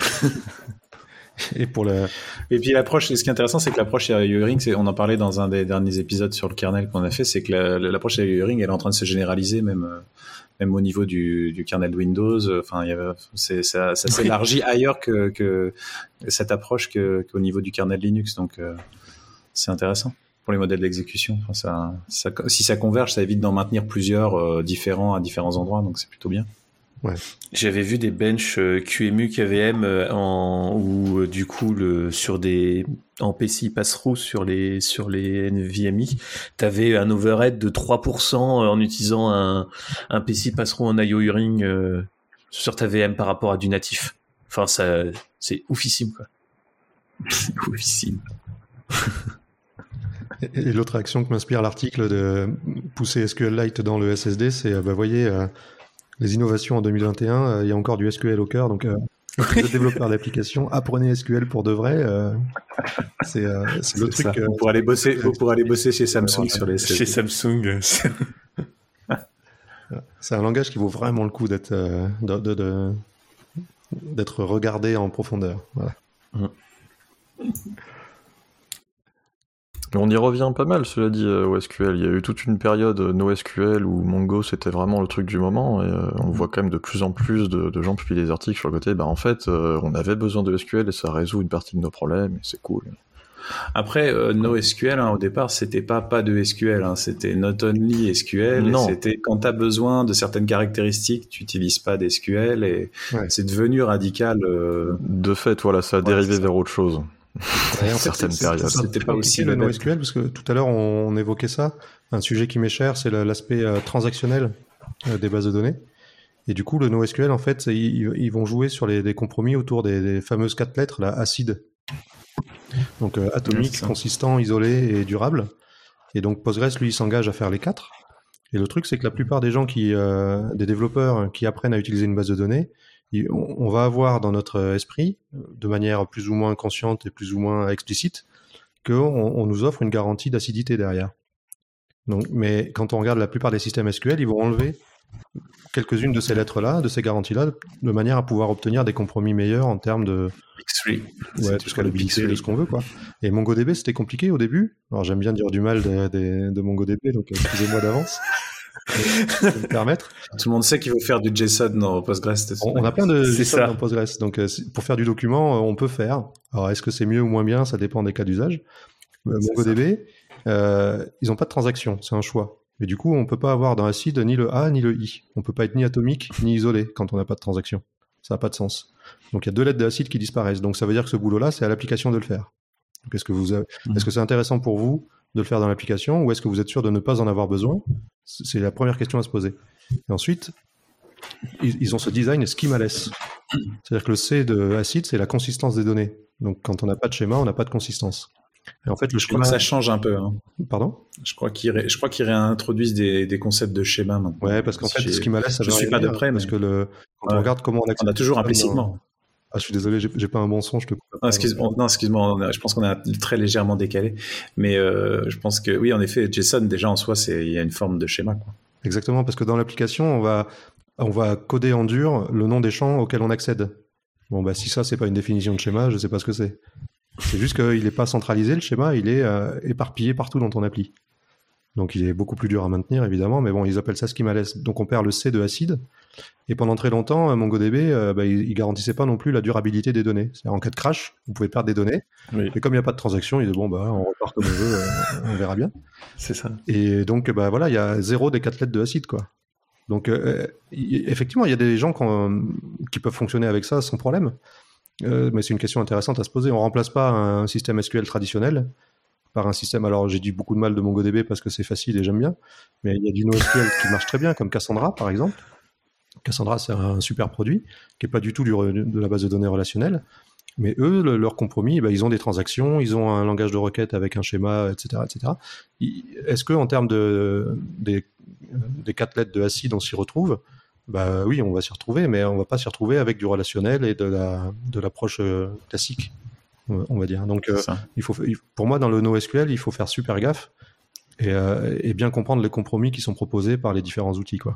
Et pour le... Et puis l'approche, ce qui est intéressant, c'est que l'approche I O Uring, c'est, on en parlait dans un des derniers épisodes sur le kernel qu'on a fait, c'est que la, l'approche I O Uring, elle est en train de se généraliser même, même au niveau du, du kernel de Windows. Enfin, il y avait, c'est, ça, ça s'élargit ailleurs que, que cette approche que, qu'au niveau du kernel Linux. Donc, euh, c'est intéressant pour les modèles d'exécution. Enfin, ça, ça, si ça converge, ça évite d'en maintenir plusieurs euh, différents à différents endroits, donc c'est plutôt bien. Ouais. J'avais vu des benches euh, Q E M U K V M euh, en où euh, du coup le sur des en P C I pass-through sur les sur les N V M i, t'avais un overhead de trois pour cent en utilisant un un P C I pass-through en I O Uring euh, sur ta V M par rapport à du natif. Enfin, ça c'est oufissime, quoi. C'est oufissime. Et l'autre action que m'inspire l'article de pousser S Q L Lite dans le S S D, c'est, bah, voyez, euh, les innovations en deux mille vingt et un, il euh, y a encore du S Q L au cœur, donc euh, le développeur d'application, apprenez S Q L pour de vrai. Euh, c'est, euh, c'est le c'est truc. Euh, pour aller bosser, pour aller bosser chez Samsung sur les S S D. Chez Samsung. C'est un langage qui vaut vraiment le coup d'être, euh, de, de, de, d'être regardé en profondeur. Voilà. Mmh. On y revient pas mal, cela dit, euh, au S Q L. Il y a eu toute une période euh, NoSQL où Mongo c'était vraiment le truc du moment, et euh, on voit quand même de plus en plus de, de gens publier des articles sur le côté, bah en fait, euh, on avait besoin de S Q L et ça résout une partie de nos problèmes, et c'est cool. Après, euh, NoSQL, hein, au départ, c'était pas pas de S Q L, hein, c'était not only S Q L, non. Et c'était quand tu as besoin de certaines caractéristiques, tu n'utilises pas d'S Q L, et ouais. C'est devenu radical. Euh... De fait, voilà, ça a ouais, dérivé vers autre chose. En certaines fait, périodes. C'était pas aussi le NoSQL, parce que tout à l'heure on, on évoquait ça. Un sujet qui m'est cher, c'est l'aspect euh, transactionnel euh, des bases de données. Et du coup, le NoSQL, en fait, ils, ils vont jouer sur les, des compromis autour des, des fameuses quatre lettres, la ACID. Donc euh, atomique, ouais, consistant, isolé et durable. Et donc Postgres, lui, il s'engage à faire les quatre. Et le truc, c'est que la plupart des gens qui, euh, des développeurs qui apprennent à utiliser une base de données, on va avoir dans notre esprit, de manière plus ou moins consciente et plus ou moins explicite, qu'on on nous offre une garantie d'acidité derrière. Donc, mais quand on regarde la plupart des systèmes S Q L, ils vont enlever quelques-unes de ces lettres-là, de ces garanties-là, de manière à pouvoir obtenir des compromis meilleurs en termes de X-ray. Ouais, de scalabilité, de ce qu'on veut, quoi. Et MongoDB, c'était compliqué au début. Alors, j'aime bien dire du mal de, de, de MongoDB, donc excusez-moi d'avance. Je vais me permettre. Tout le monde sait qu'il faut faire du JSON dans Postgres. On, on a plein de JSON dans Postgres, donc euh, pour faire du document, on peut faire. Alors, est-ce que c'est mieux ou moins bien? Ça dépend des cas d'usage. Euh, MongoDB, euh, ils n'ont pas de transaction, c'est un choix. Mais du coup, on ne peut pas avoir dans ACID ni le A ni le I. On ne peut pas être ni atomique ni isolé quand on n'a pas de transaction. Ça n'a pas de sens. Donc, il y a deux lettres d'ACID qui disparaissent. Donc, ça veut dire que ce boulot-là, c'est à l'application de le faire. Donc, est-ce que vous avez... mmh. est-ce que c'est intéressant pour vous de le faire dans l'application, ou est-ce que vous êtes sûr de ne pas en avoir besoin? C'est la première question à se poser. Et ensuite, ils ont ce design schemaless. C'est-à-dire que le C de ACID, c'est la consistance des données. Donc, quand on n'a pas de schéma, on n'a pas de consistance. Et en fait, le je schéma... crois que ça change un peu. Hein. Pardon? Je crois qu'ils ré... je crois qu'ils réintroduisent des, des concepts de schéma maintenant. Ouais, parce qu'en si fait, le schemaless, ça je suis pas de près, parce mais... que le... quand ouais. on regarde comment on on a toujours implicitement. Ah, je suis désolé, j'ai, j'ai pas un bon son, je te coupe. Non, excuse-moi, non, excuse-moi, on a- je pense qu'on a très légèrement décalé. Mais euh, je pense que, oui, en effet, JSON, déjà en soi, c'est, il y a une forme de schéma, quoi. Exactement, parce que dans l'application, on va, on va coder en dur le nom des champs auxquels on accède. Bon, bah, si ça, c'est pas une définition de schéma, je sais pas ce que c'est. C'est juste qu'il n'est pas centralisé, le schéma, il est euh, éparpillé partout dans ton appli. Donc, il est beaucoup plus dur à maintenir, évidemment, mais bon, ils appellent ça schemaless. Donc, on perd le C de acide. Et pendant très longtemps, MongoDB, euh, bah, il, il garantissait pas non plus la durabilité des données. C'est-à-dire, en cas de crash, vous pouvez perdre des données. Oui, Et comme il n'y a pas de transaction, il dit, bon, bah, on repart comme on veut, euh, on verra bien. c'est ça. Et donc, bah, voilà, il y a zéro des quatre lettres de acide, quoi. Donc, euh, y- effectivement, il y a des gens qui, ont- qui peuvent fonctionner avec ça sans problème. Euh, mais c'est une question intéressante à se poser. On remplace pas un système S Q L traditionnel par un système. Alors, j'ai dit beaucoup de mal de MongoDB parce que c'est facile et j'aime bien. Mais il y a du NoSQL qui marche très bien, comme Cassandra, par exemple. Cassandra, c'est un super produit qui est pas du tout du re- de la base de données relationnelle. Mais eux, le- leur compromis, bah, ils ont des transactions, ils ont un langage de requête avec un schéma, et cetera, et cetera. I- Est-ce que en termes de des, des quatre lettres de acide, on s'y retrouve? Bah oui, on va s'y retrouver, mais on va pas s'y retrouver avec du relationnel et de la de l'approche euh, classique, on on va dire. Donc, euh, C'est ça. il faut, il- pour moi, dans le NoSQL, il faut faire super gaffe et, euh, et bien comprendre les compromis qui sont proposés par les différents outils, quoi.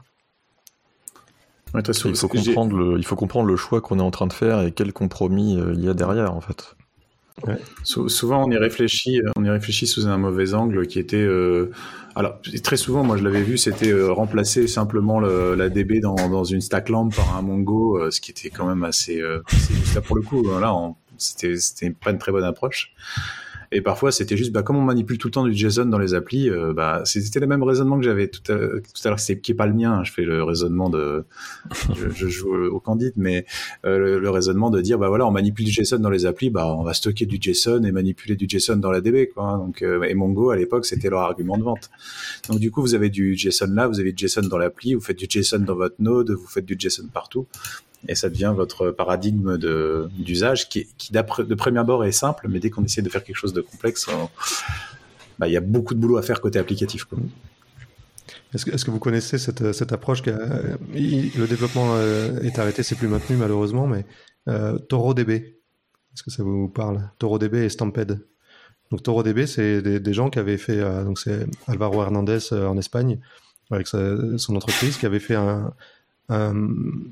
Ouais, très souvent, Il faut, ce que j'ai- comprendre le, il faut comprendre le choix qu'on est en train de faire et quel compromis euh, il y a derrière, en fait. Sou- Souvent, on y réfléchit, on y réfléchit sous un mauvais angle qui était. euh, Alors, très souvent, moi, je l'avais vu, c'était euh, remplacer simplement le- la D B dans, dans une stack lamp par un Mongo, euh, ce qui était quand même assez. euh, c'est juste là pour le coup, hein, là, on- c'était c'était pas une très bonne approche. Et parfois, c'était juste, bah, comme on manipule tout le temps du JSON dans les applis, euh, bah, c'était le même raisonnement que j'avais tout à, tout à l'heure, c'est qui est pas le mien. Hein, je fais le raisonnement de, je, je joue au Candide, mais euh, le, le raisonnement de dire, bah voilà, on manipule du JSON dans les applis, bah on va stocker du JSON et manipuler du JSON dans la D B, quoi. Hein, donc, euh, et Mongo à l'époque, c'était leur argument de vente. Donc du coup, vous avez du JSON là, vous avez du JSON dans l'appli, vous faites du JSON dans votre node, vous faites du JSON partout. Et ça devient votre paradigme de, d'usage qui, qui d'après, de premier abord est simple, mais dès qu'on essaie de faire quelque chose de complexe, on- bah, il y a beaucoup de boulot à faire côté applicatif, quoi. Est-ce que, est-ce que vous connaissez cette, cette approche qui a, euh, il- le développement euh, est arrêté, c'est plus maintenu malheureusement, mais euh, TauroDB, est-ce que ça vous parle? TauroDB et Stamped. Donc TauroDB, c'est des, des gens qui avaient fait, euh, donc c'est Alvaro Hernandez euh, en Espagne, avec sa- son entreprise, qui avait fait un, un,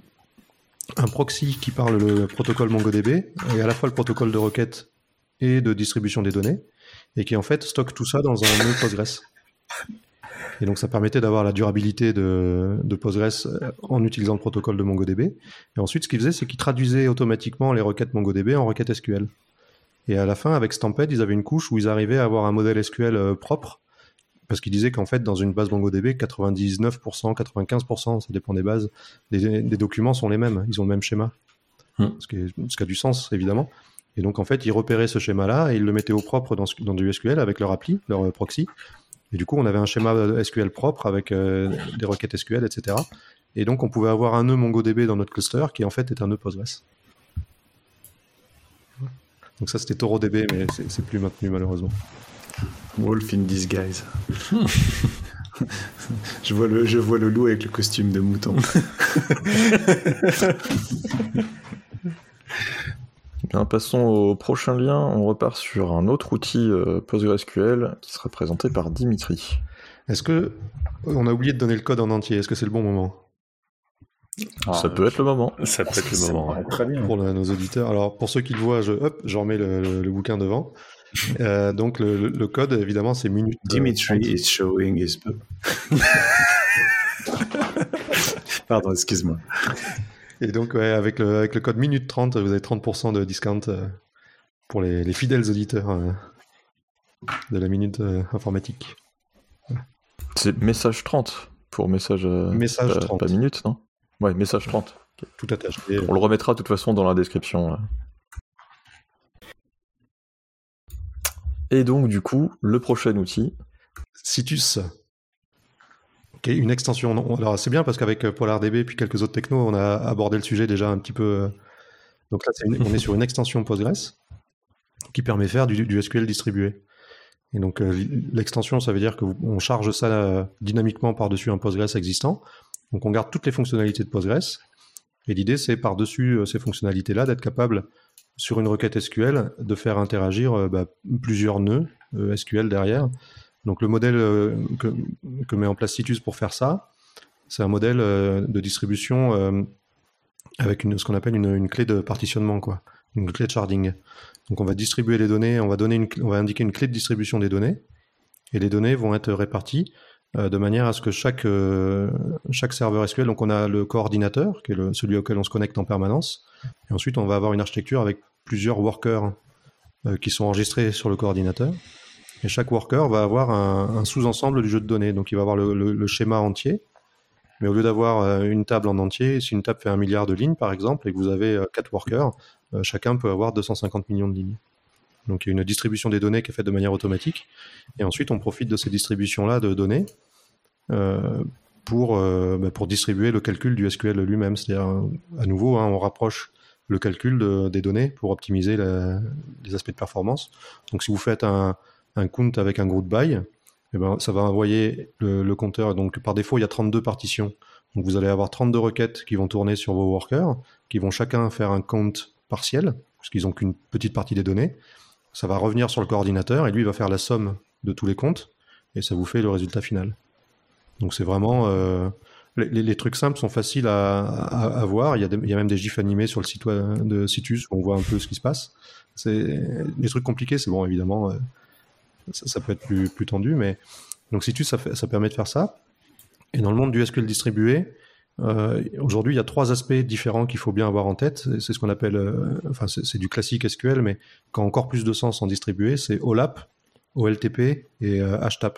un proxy qui parle le protocole MongoDB, et à la fois le protocole de requête et de distribution des données, et qui en fait stocke tout ça dans un nœud Postgres. Et donc ça permettait d'avoir la durabilité de, de Postgres euh, en utilisant le protocole de MongoDB. Et ensuite, ce qu'il faisait, c'est qu'il traduisait automatiquement les requêtes MongoDB en requêtes S Q L. Et à la fin, avec Stamped, ils avaient une couche où ils arrivaient à avoir un modèle S Q L euh, propre, parce qu'ils disaient qu'en fait, dans une base MongoDB, quatre-vingt-dix-neuf pour cent, quatre-vingt-quinze pour cent, ça dépend des bases, des, des documents sont les mêmes, ils ont le même schéma. Hmm. Ce, qui est- ce qui a du sens, évidemment. Et donc, en fait, ils repéraient ce schéma-là et ils le mettaient au propre dans, ce- dans du S Q L avec leur appli, leur euh, proxy. Et du coup, on avait un schéma S Q L propre avec euh, des requêtes S Q L, et cetera. Et donc, on pouvait avoir un nœud MongoDB dans notre cluster qui, en fait, est un nœud Postgres. Donc ça, c'était TauroDB, mais c'est c'est plus maintenu, malheureusement. Wolf in disguise. je, vois le, je vois le loup avec le costume de mouton. Bien, passons au prochain lien. On repart sur un autre outil euh, PostgreSQL qui sera présenté par Dimitri. Est-ce que... On a oublié de donner le code en entier. Est-ce que c'est le bon moment Ça peut être le moment. Ça peut être le Ça moment. me paraît très bien. pour le- nos auditeurs? Alors, pour ceux qui le voient, je, hop, je remets le, le- le bouquin devant. Euh, donc, le, le- le code, évidemment, c'est minute. euh, Dimitri trente. is showing his... Pardon, excuse-moi. Et donc, ouais, avec, le, avec le code minute trente, vous avez trente pour cent de discount euh, pour les, les fidèles auditeurs euh, de la minute euh, informatique. C'est message trente pour message, euh, Message pas, trente. pas minute, non? Ouais, message trente. Tout attaché. On le remettra de toute façon dans la description. Là. Et donc, du coup, le prochain outil. Citus. Ok, une extension. Non, alors, c'est bien parce qu'avec PolarDB puis quelques autres technos, on a abordé le sujet déjà un petit peu. euh, Donc là, c'est une- on est sur une extension Postgres qui permet de faire du, du S Q L distribué. Et donc, euh, l'extension, ça veut dire qu'on charge ça euh, dynamiquement par-dessus un Postgres existant. Donc, on garde toutes les fonctionnalités de Postgres. Et l'idée, c'est par-dessus euh, ces fonctionnalités-là, d'être capable, sur une requête S Q L, de faire interagir euh, bah, plusieurs nœuds euh, S Q L derrière. Donc le modèle euh, que, que met en place Citus pour faire ça, c'est un modèle euh, de distribution euh, avec une, ce qu'on appelle une, une clé de partitionnement, quoi, une clé de sharding. Donc on va distribuer les données, on va, donner une, on va indiquer une clé de distribution des données, et les données vont être réparties euh, de manière à ce que chaque, euh, chaque serveur S Q L, donc on a le coordinateur, qui est le, celui auquel on se connecte en permanence, et ensuite on va avoir une architecture avec plusieurs workers euh, qui sont enregistrés sur le coordinateur. Et chaque worker va avoir un, un sous-ensemble du jeu de données. Donc il va avoir le, le, le schéma entier, mais au lieu d'avoir une table en entier, si une table fait un milliard de lignes par exemple, et que vous avez quatre workers, euh, chacun peut avoir deux cent cinquante millions de lignes. Donc il y a une distribution des données qui est faite de manière automatique. Et ensuite on profite de ces distributions-là de données euh, pour, euh, bah, pour distribuer le calcul du S Q L lui-même. C'est-à-dire, à nouveau, hein, on rapproche le calcul de, des données pour optimiser la, les aspects de performance. Donc si vous faites un un count avec un group by, eh ben, ça va envoyer le, le compteur. Donc, par défaut, il y a trente-deux partitions. Donc, vous allez avoir trente-deux requêtes qui vont tourner sur vos workers, qui vont chacun faire un count partiel, puisqu'ils n'ont qu'une petite partie des données. Ça va revenir sur le coordinateur, et lui, il va faire la somme de tous les comptes, et ça vous fait le résultat final. Donc, c'est vraiment... Euh, les, les trucs simples sont faciles à, à, à voir. Il y, a des, il y a même des gifs animés sur le site de Citus, où on voit un peu ce qui se passe. C'est, les trucs compliqués, c'est bon, évidemment... Euh, Ça, ça peut être plus, plus tendu, mais donc Citus, ça, fait, ça permet de faire ça. Et dans le monde du S Q L distribué, euh, aujourd'hui, il y a trois aspects différents qu'il faut bien avoir en tête. C'est ce qu'on appelle, euh, enfin, c'est, c'est du classique S Q L, mais qui a encore plus de sens en distribué, c'est O L A P, O L T P et euh, H T A P.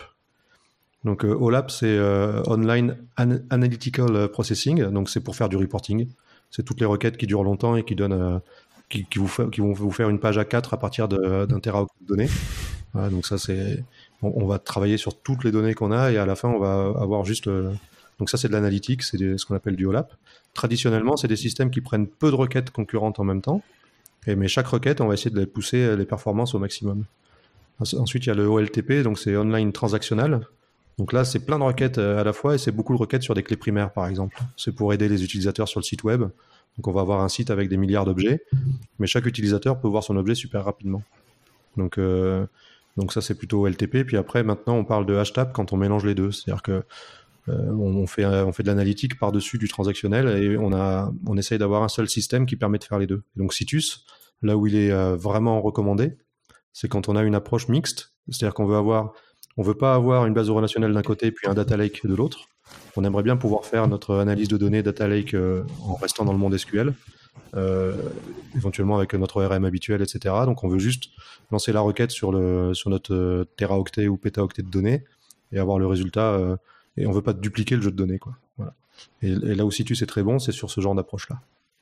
Donc euh, O L A P, c'est euh, Online An- Analytical Processing, donc c'est pour faire du reporting. C'est toutes les requêtes qui durent longtemps et qui donnent, euh, qui, qui, vous fa- qui vont vous faire une page A quatre à partir de, d'un teraoctet de données. Voilà, donc ça c'est, on, on va travailler sur toutes les données qu'on a et à la fin on va avoir juste, le... donc ça c'est de l'analytique, c'est des, ce qu'on appelle du O L A P. Traditionnellement c'est des systèmes qui prennent peu de requêtes concurrentes en même temps, et, mais chaque requête on va essayer de les pousser les performances au maximum. Ensuite il y a le O L T P, donc c'est Online Transactional. Donc là c'est plein de requêtes à la fois et c'est beaucoup de requêtes sur des clés primaires par exemple. C'est pour aider les utilisateurs sur le site web. Donc on va avoir un site avec des milliards d'objets, mais chaque utilisateur peut voir son objet super rapidement. Donc euh, Donc ça, c'est plutôt O L T P. Puis après, maintenant, on parle de H T A P quand on mélange les deux. C'est-à-dire que euh, on, fait, on fait de l'analytique par-dessus du transactionnel et on, a, on essaye d'avoir un seul système qui permet de faire les deux. Et donc Citus, là où il est euh, vraiment recommandé, c'est quand on a une approche mixte. C'est-à-dire qu'on veut avoir, on veut pas avoir une base relationnelle d'un côté puis un data lake de l'autre. On aimerait bien pouvoir faire notre analyse de données data lake euh, en restant dans le monde S Q L. Euh, éventuellement avec notre O R M habituel, et cetera. Donc on veut juste lancer la requête sur, le, sur notre euh, téraoctet ou pétaoctet de données et avoir le résultat. Euh, et on veut pas dupliquer le jeu de données, quoi. Voilà. Et, et là où Citus est très bon, c'est sur ce genre d'approche-là.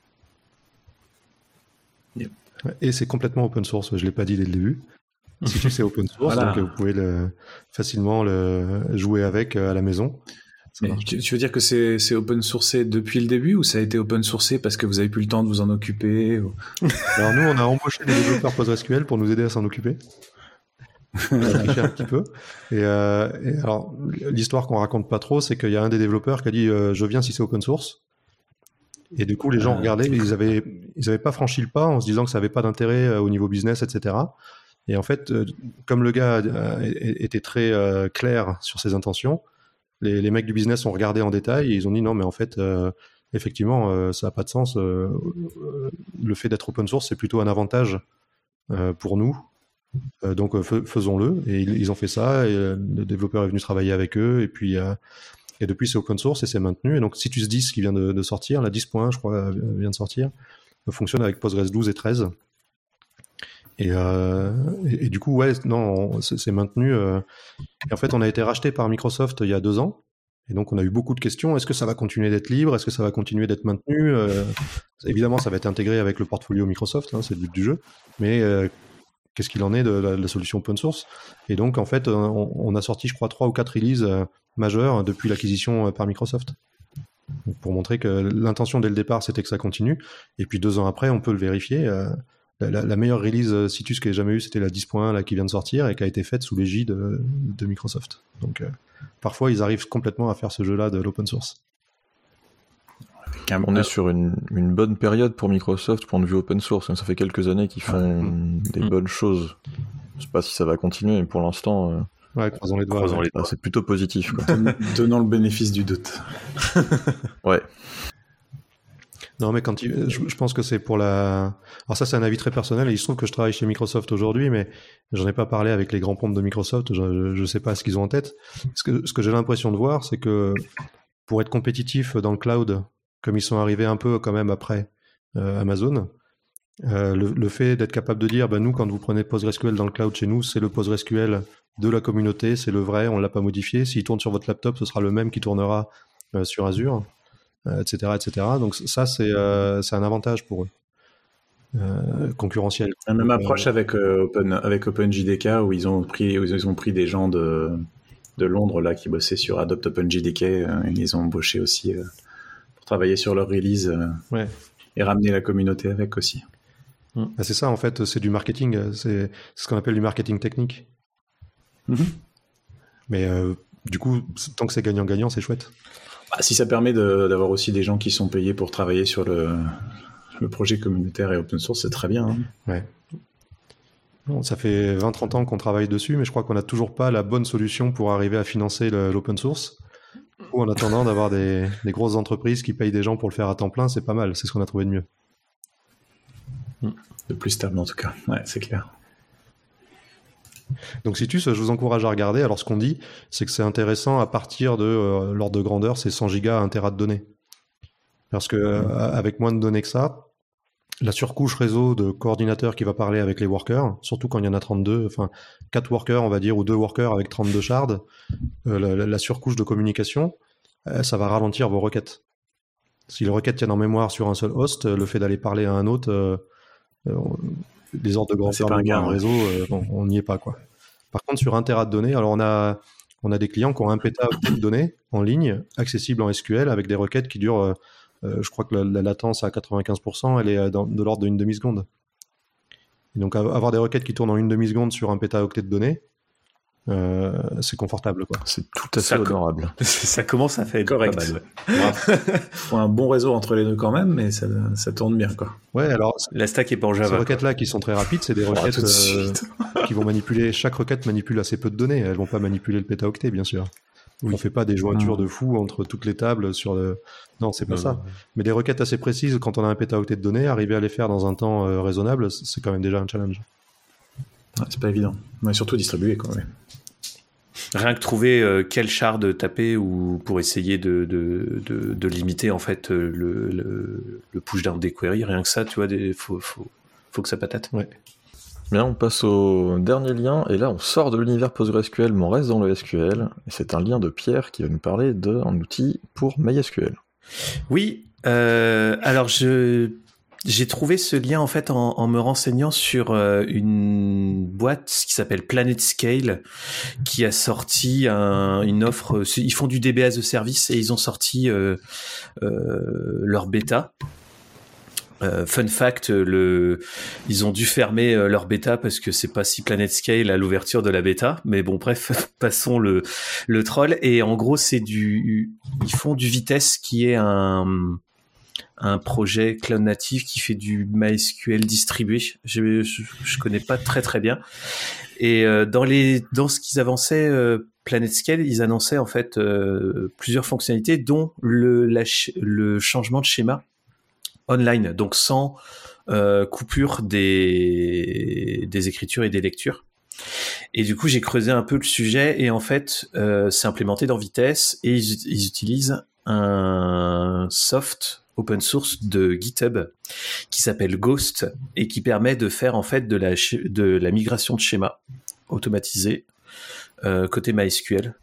Yep. Et c'est complètement open source, je l'ai pas dit dès le début. Citus est open source, voilà. Donc vous pouvez le, facilement le jouer avec à la maison. Tu, tu veux dire que c'est, c'est open sourcé depuis le début ou ça a été open sourcé parce que vous avez plus le temps de vous en occuper ou... Alors nous, on a embauché des développeurs PostgreSQL pour nous aider à s'en occuper. On a triché un petit peu. Et, euh, et alors, l'histoire qu'on raconte pas trop, c'est qu'il y a un des développeurs qui a dit euh, « je viens si c'est open source ». Et du coup, les gens euh, regardaient, ils avaient, ils avaient pas franchi le pas en se disant que ça avait pas d'intérêt euh, au niveau business, et cetera. Et en fait, euh, comme le gars euh, était très euh, clair sur ses intentions, Les, les mecs du business ont regardé en détail et ils ont dit non mais en fait euh, effectivement euh, ça n'a pas de sens, euh, euh, le fait d'être open source c'est plutôt un avantage euh, pour nous, euh, donc f- faisons-le. Et ils, ils ont fait ça et euh, le développeur est venu travailler avec eux et puis euh, et depuis c'est open source et c'est maintenu. Et donc Citus dix qui vient de, de sortir, la dix point un je crois vient de sortir, fonctionne avec Postgres douze et treize. Et, euh, et, et du coup, ouais, non, c'est, c'est maintenu. Euh, et en fait, on a été racheté par Microsoft il y a deux ans. Et donc, on a eu beaucoup de questions. Est-ce que ça va continuer d'être libre? Est-ce que ça va continuer d'être maintenu? euh, Évidemment, ça va être intégré avec le portfolio Microsoft, hein, c'est le but du jeu. Mais euh, qu'est-ce qu'il en est de la, de la solution open source? Et donc, en fait, on, on a sorti, je crois, trois ou quatre releases euh, majeures depuis l'acquisition euh, par Microsoft. Donc, pour montrer que l'intention dès le départ, c'était que ça continue. Et puis, deux ans après, on peut le vérifier. Euh, La, la, la meilleure release Citus que j'ai jamais eue, c'était la dix point un là, qui vient de sortir et qui a été faite sous l'égide de, de Microsoft. Donc, euh, parfois, ils arrivent complètement à faire ce jeu-là de l'open source. On est sur une, une bonne période pour Microsoft, point de vue open source. Ça fait quelques années qu'ils font mmh. des mmh. bonnes choses. Je sais pas si ça va continuer, mais pour l'instant, euh... ouais, croisons les doigts. Croisons les doigts. Ah, c'est plutôt positif, quoi. Donnons le bénéfice du doute. Ouais. Non, mais quand il... je, je pense que c'est pour la... Alors ça, c'est un avis très personnel, et il se trouve que je travaille chez Microsoft aujourd'hui, mais j'en ai pas parlé avec les grands pompes de Microsoft, je, je sais pas ce qu'ils ont en tête. Ce que, ce que j'ai l'impression de voir, c'est que pour être compétitif dans le cloud, comme ils sont arrivés un peu quand même après euh, Amazon, euh, le, le fait d'être capable de dire, bah, nous, quand vous prenez PostgreSQL dans le cloud chez nous, c'est le PostgreSQL de la communauté, c'est le vrai, on l'a pas modifié. S'il tourne sur votre laptop, ce sera le même qui tournera euh, sur Azure. Euh, et cetera, et cetera. Donc ça, c'est, euh, c'est un avantage pour eux, euh, concurrentiel. La même approche euh, avec, euh, Open, avec OpenJDK, où ils ont pris, où ils ont pris des gens de, de Londres là, qui bossaient sur Adopt OpenJDK, euh, ils les ont embauchés aussi euh, pour travailler sur leur release euh, ouais. et ramener la communauté avec aussi. Mmh. Ah, c'est ça, en fait, c'est du marketing, c'est, c'est ce qu'on appelle du marketing technique. Mmh. Mais euh, du coup, tant que c'est gagnant-gagnant, c'est chouette. Bah, si ça permet de, d'avoir aussi des gens qui sont payés pour travailler sur le, le projet communautaire et open source, c'est très bien. Hein. Ouais. Bon, ça fait vingt trente ans qu'on travaille dessus, mais je crois qu'on n'a toujours pas la bonne solution pour arriver à financer le, l'open source. Ou en attendant d'avoir des, des grosses entreprises qui payent des gens pour le faire à temps plein, c'est pas mal, c'est ce qu'on a trouvé de mieux. De plus stable en tout cas, ouais, c'est clair. Donc Citus, je vous encourage à regarder. Alors ce qu'on dit, c'est que c'est intéressant à partir de euh, l'ordre de grandeur, c'est cent gigas à un téra de données. Parce que euh, avec moins de données que ça, la surcouche réseau de coordinateur qui va parler avec les workers, surtout quand il y en a trente-deux, enfin quatre workers on va dire, ou deux workers avec trente-deux shards, euh, la, la surcouche de communication, euh, ça va ralentir vos requêtes. Si les requêtes tiennent en mémoire sur un seul host, le fait d'aller parler à un autre... Euh, euh, les ordres de grandeur de un réseau, euh, bon, on n'y est pas, quoi. Par contre, sur un téra de données, alors on a, on a des clients qui ont un pétaoctet de données en ligne, accessible en S Q L, avec des requêtes qui durent, euh, euh, je crois que la, la latence à quatre-vingt-quinze pour cent, elle est dans, de l'ordre d'une demi-seconde. Et donc avoir des requêtes qui tournent en une demi-seconde sur un pétaoctet de données, Euh, c'est confortable, quoi. C'est tout à fait honorable. Ça commence à faire correct. Pas mal. Il faut un bon réseau entre les deux quand même, mais ça, ça tourne bien, quoi. Ouais, alors la stack est pas en Java. Ces requêtes-là qui sont très rapides, c'est des requêtes oh, euh, qui vont manipuler. Chaque requête manipule assez peu de données. Elles vont pas manipuler le pétaoctet, bien sûr. Oui. On fait pas des jointures mmh. de fou entre toutes les tables sur le. Non, c'est pas mmh. ça. Mais des requêtes assez précises, quand on a un pétaoctet de données, arriver à les faire dans un temps euh, raisonnable, c'est quand même déjà un challenge. Ouais, c'est pas évident. Mais surtout distribué, quoi. Ouais. Rien que trouver euh, quel shard taper ou pour essayer de, de, de, de limiter en fait le, le, le push down des queries, rien que ça, tu vois, il faut, faut, faut que ça patate. Ouais. Bien, on passe au dernier lien, et là on sort de l'univers PostgreSQL, mais on reste dans le S Q L, et c'est un lien de Pierre qui va nous parler d'un outil pour MySQL. Oui, euh, alors je... J'ai trouvé ce lien en fait en, en me renseignant sur euh, une boîte qui s'appelle PlanetScale qui a sorti un, une offre. Ils font du D B as a service et ils ont sorti euh, euh, leur bêta. Euh, fun fact, le, ils ont dû fermer euh, leur bêta parce que c'est pas si PlanetScale à l'ouverture de la bêta. Mais bon, bref, passons le, le troll. Et en gros, c'est du, ils font du Vitess qui est un un projet cloud native qui fait du MySQL distribué. Je, je, je connais pas très très bien. Et euh, dans les dans ce qu'ils avançaient, euh, PlanetScale, ils annonçaient en fait euh, plusieurs fonctionnalités, dont le la, le changement de schéma online, donc sans euh, coupure des des écritures et des lectures. Et du coup, j'ai creusé un peu le sujet et en fait, euh, c'est implémenté dans Vitess et ils, ils utilisent un soft open source de GitHub qui s'appelle Ghost et qui permet de faire en fait de la de la migration de schéma automatisée euh, côté MySQL.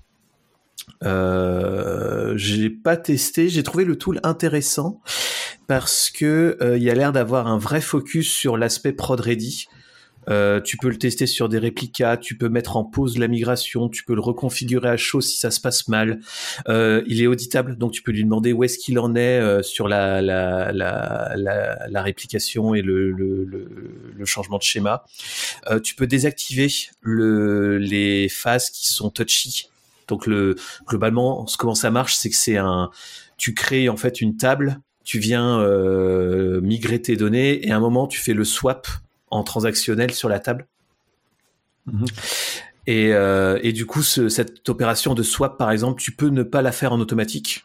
Euh, j'ai pas testé, j'ai trouvé le tool intéressant parce que euh, il y a l'air d'avoir un vrai focus sur l'aspect prod ready. Euh, tu peux le tester sur des réplicas, tu peux mettre en pause la migration, tu peux le reconfigurer à chaud si ça se passe mal. Euh, il est auditable, donc tu peux lui demander où est-ce qu'il en est euh, sur la, la, la, la, la réplication et le, le, le, le changement de schéma. Euh, tu peux désactiver le, les phases qui sont touchy. Donc le, globalement, comment ça marche, c'est que c'est un, tu crées en fait une table tu viens euh, migrer tes données et à un moment tu fais le swap en transactionnel sur la table. Mmh. Et, euh, et du coup, ce, cette opération de swap, par exemple, tu peux ne pas la faire en automatique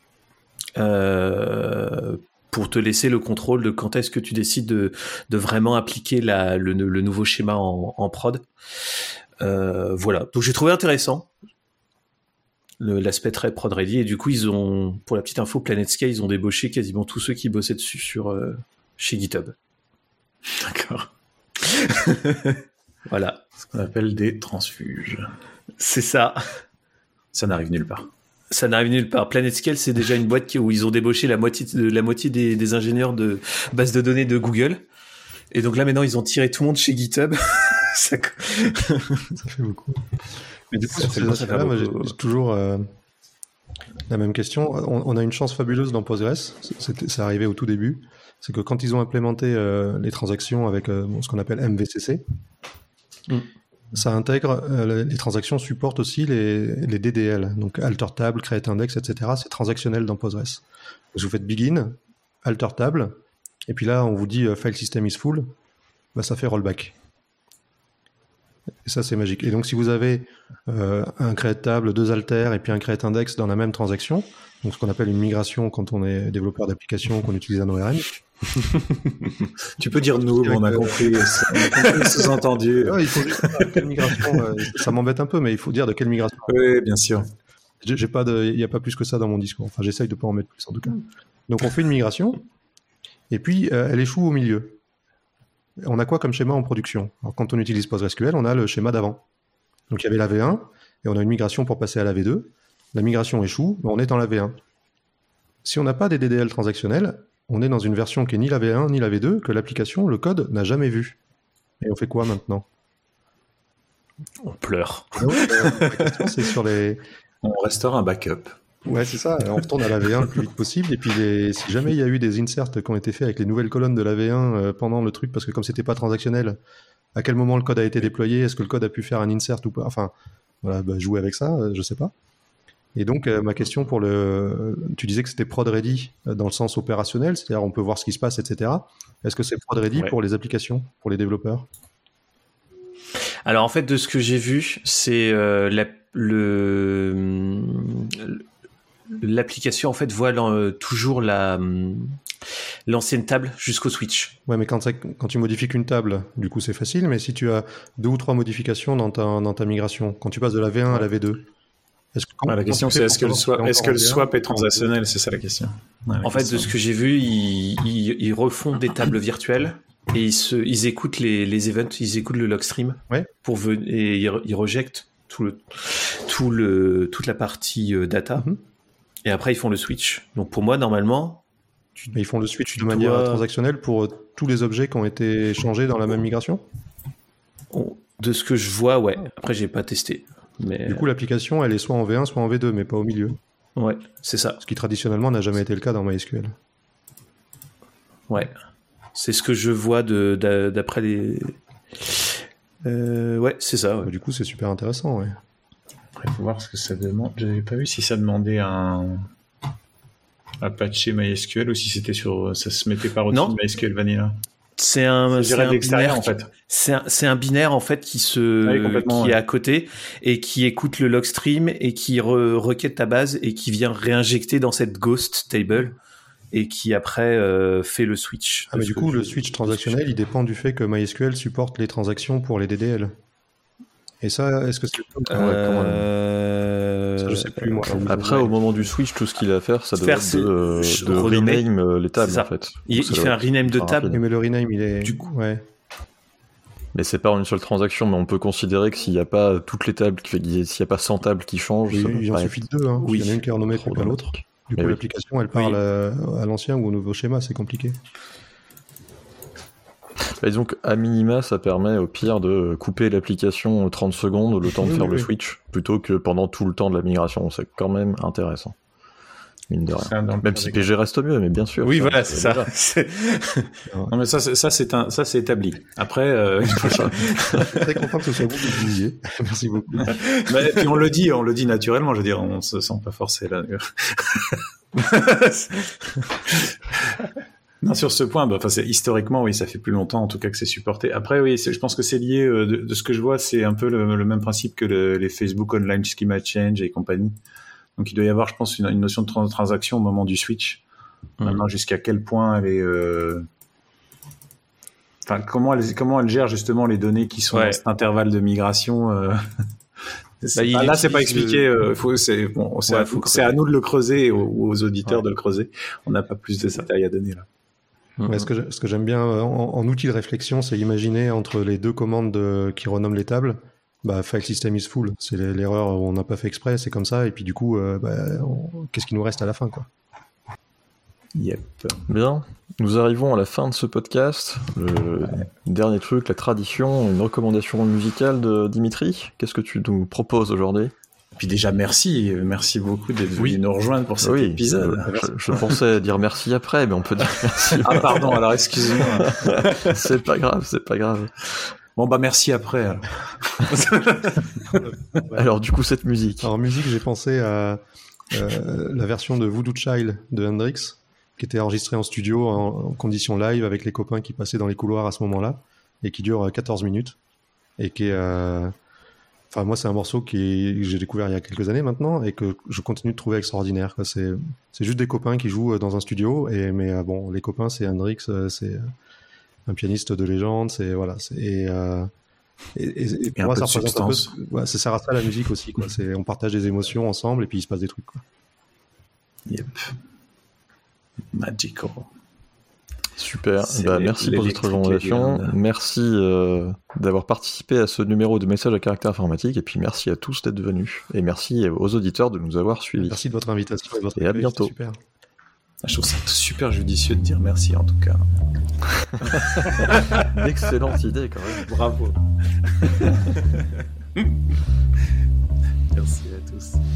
euh, pour te laisser le contrôle de quand est-ce que tu décides de, de vraiment appliquer la, le, le nouveau schéma en, en prod. Euh, voilà. Donc j'ai trouvé intéressant le, l'aspect très prod ready. Et du coup, ils ont, pour la petite info, PlanetSky, ils ont débauché quasiment tous ceux qui bossaient dessus sur euh, chez GitHub. D'accord. Voilà. Ce qu'on appelle des transfuges. C'est ça. Ça n'arrive nulle part. Ça n'arrive nulle part. PlanetScale, c'est déjà une boîte qui, où ils ont débauché la moitié, de, la moitié des, des ingénieurs de base de données de Google. Et donc là, maintenant, ils ont tiré tout le monde chez GitHub. ça... ça fait beaucoup. Mais du coup, sur ces aspects-là, moi, j'ai, j'ai toujours euh, la même question. On, on a une chance fabuleuse dans Postgres. C'était, c'est arrivé au tout début. C'est que quand ils ont implémenté euh, les transactions avec euh, ce qu'on appelle M V C C, mm. ça intègre, euh, les transactions supportent aussi les, les D D L, donc alter table, create index, et cetera. C'est transactionnel dans Postgres. Donc, vous faites begin, alter table, et puis là, on vous dit euh, file system is full, bah, ça fait rollback. Et ça, c'est magique. Et donc, si vous avez euh, un create table, deux alters, et puis un create index dans la même transaction, donc ce qu'on appelle une migration quand on est développeur d'application, qu'on utilise un O R M. Tu peux dire nous, on a compris, c'est sous-entendu. Ouais, il faut juste dire quelle migration, euh, ça m'embête un peu, mais il faut dire de quelle migration. Oui, bien sûr. J'ai, j'ai pas de, il n'y a pas plus que ça dans mon discours. Enfin, j'essaye de pas en mettre plus en tout cas. Donc on fait une migration, et puis euh, elle échoue au milieu. On a quoi comme schéma en production? Alors, quand on utilise PostgreSQL, on a le schéma d'avant. Donc il y avait la V un, et on a une migration pour passer à la V deux. La migration échoue, on est dans la V un. Si on n'a pas des D D L transactionnels, on est dans une version qui est ni la V un ni la V deux, que l'application, le code, n'a jamais vu. Et on fait quoi maintenant? On pleure. Donc, euh, la question, c'est sur les... On restaure un backup. Ouais, c'est ça. On retourne à la V un le plus vite possible. Et puis, les... si jamais il y a eu des inserts qui ont été faits avec les nouvelles colonnes de la V un euh, pendant le truc, parce que comme c'était pas transactionnel, à quel moment le code a été déployé? Est-ce que le code a pu faire un insert ou pas? Enfin, voilà, bah, jouer avec ça, euh, je sais pas. Et donc, euh, ma question pour le... Tu disais que c'était prod ready euh, dans le sens opérationnel, c'est-à-dire on peut voir ce qui se passe, et cetera. Est-ce que c'est prod ready ouais. pour les applications, pour les développeurs? Alors, en fait, de ce que j'ai vu, c'est euh, la, le, l'application, en fait, voit l'en, toujours la, l'ancienne table jusqu'au switch. Ouais, mais quand, ça, quand tu modifies qu'une table, du coup, c'est facile. Mais si tu as deux ou trois modifications dans ta, dans ta migration, quand tu passes de la V un à la V deux, est-ce que, ah, la question c'est est-ce que le swap, est-ce que le swap est transactionnel? C'est ça la question. Ouais, la en question. Fait, de ce que j'ai vu, ils, ils, ils refont des tables virtuelles et ils, se, ils écoutent les, les events, ils écoutent le logstream ouais. pour ven- et ils, ils rejettent tout le, tout le, toute la partie euh, data mm-hmm. et après ils font le switch. Donc pour moi, normalement, tu, ils font le switch de manière dois... transactionnelle pour tous les objets qui ont été changés dans la même migration. De ce que je vois, ouais. Après, j'ai pas testé. Mais... Du coup, l'application, elle est soit en V un, soit en V deux, mais pas au milieu. Ouais, c'est ça. Ce qui, traditionnellement, n'a jamais été le cas dans MySQL. Ouais. C'est ce que je vois de, de, d'après les... Euh, ouais, c'est ça. Ouais. Du coup, c'est super intéressant, ouais. Après, il faut voir ce que ça demande. J'avais pas vu si ça demandait un... un patcher MySQL ou si c'était sur... ça se mettait par au-dessus de MySQL Vanilla. C'est un, c'est un binaire en fait. C'est un, c'est un binaire en fait qui se, ah oui, qui ouais. est à côté et qui écoute le logstream et qui re, requête ta base et qui vient réinjecter dans cette ghost table et qui après euh, fait le switch. Ah mais du coup je, le switch transactionnel il dépend du fait que MySQL supporte les transactions pour les D D L. Et ça, est-ce que c'est euh... ça, je sais plus moi. Après, au moment du switch, tout ce qu'il a à faire, ça doit faire, être de, euh, de rename les tables en fait. Il, il fait un rename de table. Mais le rename, il est du coup, ouais. Mais c'est pas une seule transaction, mais on peut considérer que s'il n'y a pas toutes les tables, s'il n'y a pas cent tables qui changent, oui, il en suffit de deux. Hein. Oui. Il y en a une qui est renommée pour l'autre. Du coup, oui. l'application, elle parle oui. à, à l'ancien ou au nouveau schéma, c'est compliqué. Et donc, à minima, ça permet au pire de couper l'application trente secondes, le temps de oui, faire oui, le oui. switch, plutôt que pendant tout le temps de la migration. C'est quand même intéressant. Mine de rien. Même si P G reste mieux, mais bien sûr. Oui, ça, voilà, c'est ça. C'est... non, mais ça, c'est, ça, c'est un, ça, c'est établi. Après, euh... je suis très content que ce soit vous qui le disiez. Merci beaucoup. Mais, puis on le dit, on le dit naturellement. Je veux dire, on se sent pas forcé là. Non, sur ce point, bah, c'est, historiquement, oui, ça fait plus longtemps en tout cas que c'est supporté. Après, oui, c'est, je pense que c'est lié, euh, de, de ce que je vois, c'est un peu le, le même principe que le, les Facebook Online Schema Change et compagnie. Donc il doit y avoir, je pense, une, une notion de trans- transaction au moment du switch. Mmh. Maintenant, jusqu'à quel point elle est... Euh... Enfin, comment elle, comment elle gère justement les données qui sont ouais. dans cet intervalle de migration euh... c'est bah, pas, là, c'est pas expliqué. Le... Euh, faut, c'est, bon, c'est, ouais, à, faut c'est à nous de le creuser, aux, aux auditeurs ouais. de le creuser. On n'a pas plus de détails à donner là. Ouais, ce, que ce que j'aime bien en, en outil de réflexion, c'est imaginer entre les deux commandes de, qui renomment les tables, bah, file system is full. C'est l'erreur où on n'a pas fait exprès, c'est comme ça. Et puis du coup, euh, bah, on, qu'est-ce qui nous reste à la fin, quoi. Yep. Bien, nous arrivons à la fin de ce podcast. Le ouais. dernier truc, la tradition, une recommandation musicale de Dimitri. Qu'est-ce que tu nous proposes aujourd'hui ? Puis déjà, merci, merci beaucoup d'être venu oui. nous rejoindre pour cet oui, épisode. Euh, je, je pensais dire merci après, mais on peut dire merci. Ah pardon, alors excusez-moi. C'est pas grave, c'est pas grave. Bon bah merci après. Alors, alors du coup, cette musique. Alors musique, j'ai pensé à euh, la version de Voodoo Child de Hendrix, qui était enregistrée en studio en, en condition live avec les copains qui passaient dans les couloirs à ce moment-là, et qui dure quatorze minutes, et qui est... Euh, Enfin, moi, c'est un morceau qui, que j'ai découvert il y a quelques années maintenant et que je continue de trouver extraordinaire. Quoi. C'est, c'est juste des copains qui jouent dans un studio. Et, mais bon, les copains, c'est Hendrix, c'est un pianiste de légende. C'est, voilà, c'est, et, euh, et, et, et pour et moi, ça représente un peu. Ouais, c'est ça reste ça la musique aussi. Quoi. C'est, on partage des émotions ensemble et puis il se passe des trucs. Quoi. Yep. Magical. Super, bah, merci pour cette recommandation, merci euh, d'avoir participé à ce numéro de Messages à caractère informatique, et puis merci à tous d'être venus, et merci aux auditeurs de nous avoir suivis. Merci de votre invitation et, votre et à bientôt. Super. Je trouve ça super judicieux de dire merci en tout cas. Excellente idée quand même. Bravo. Merci à tous.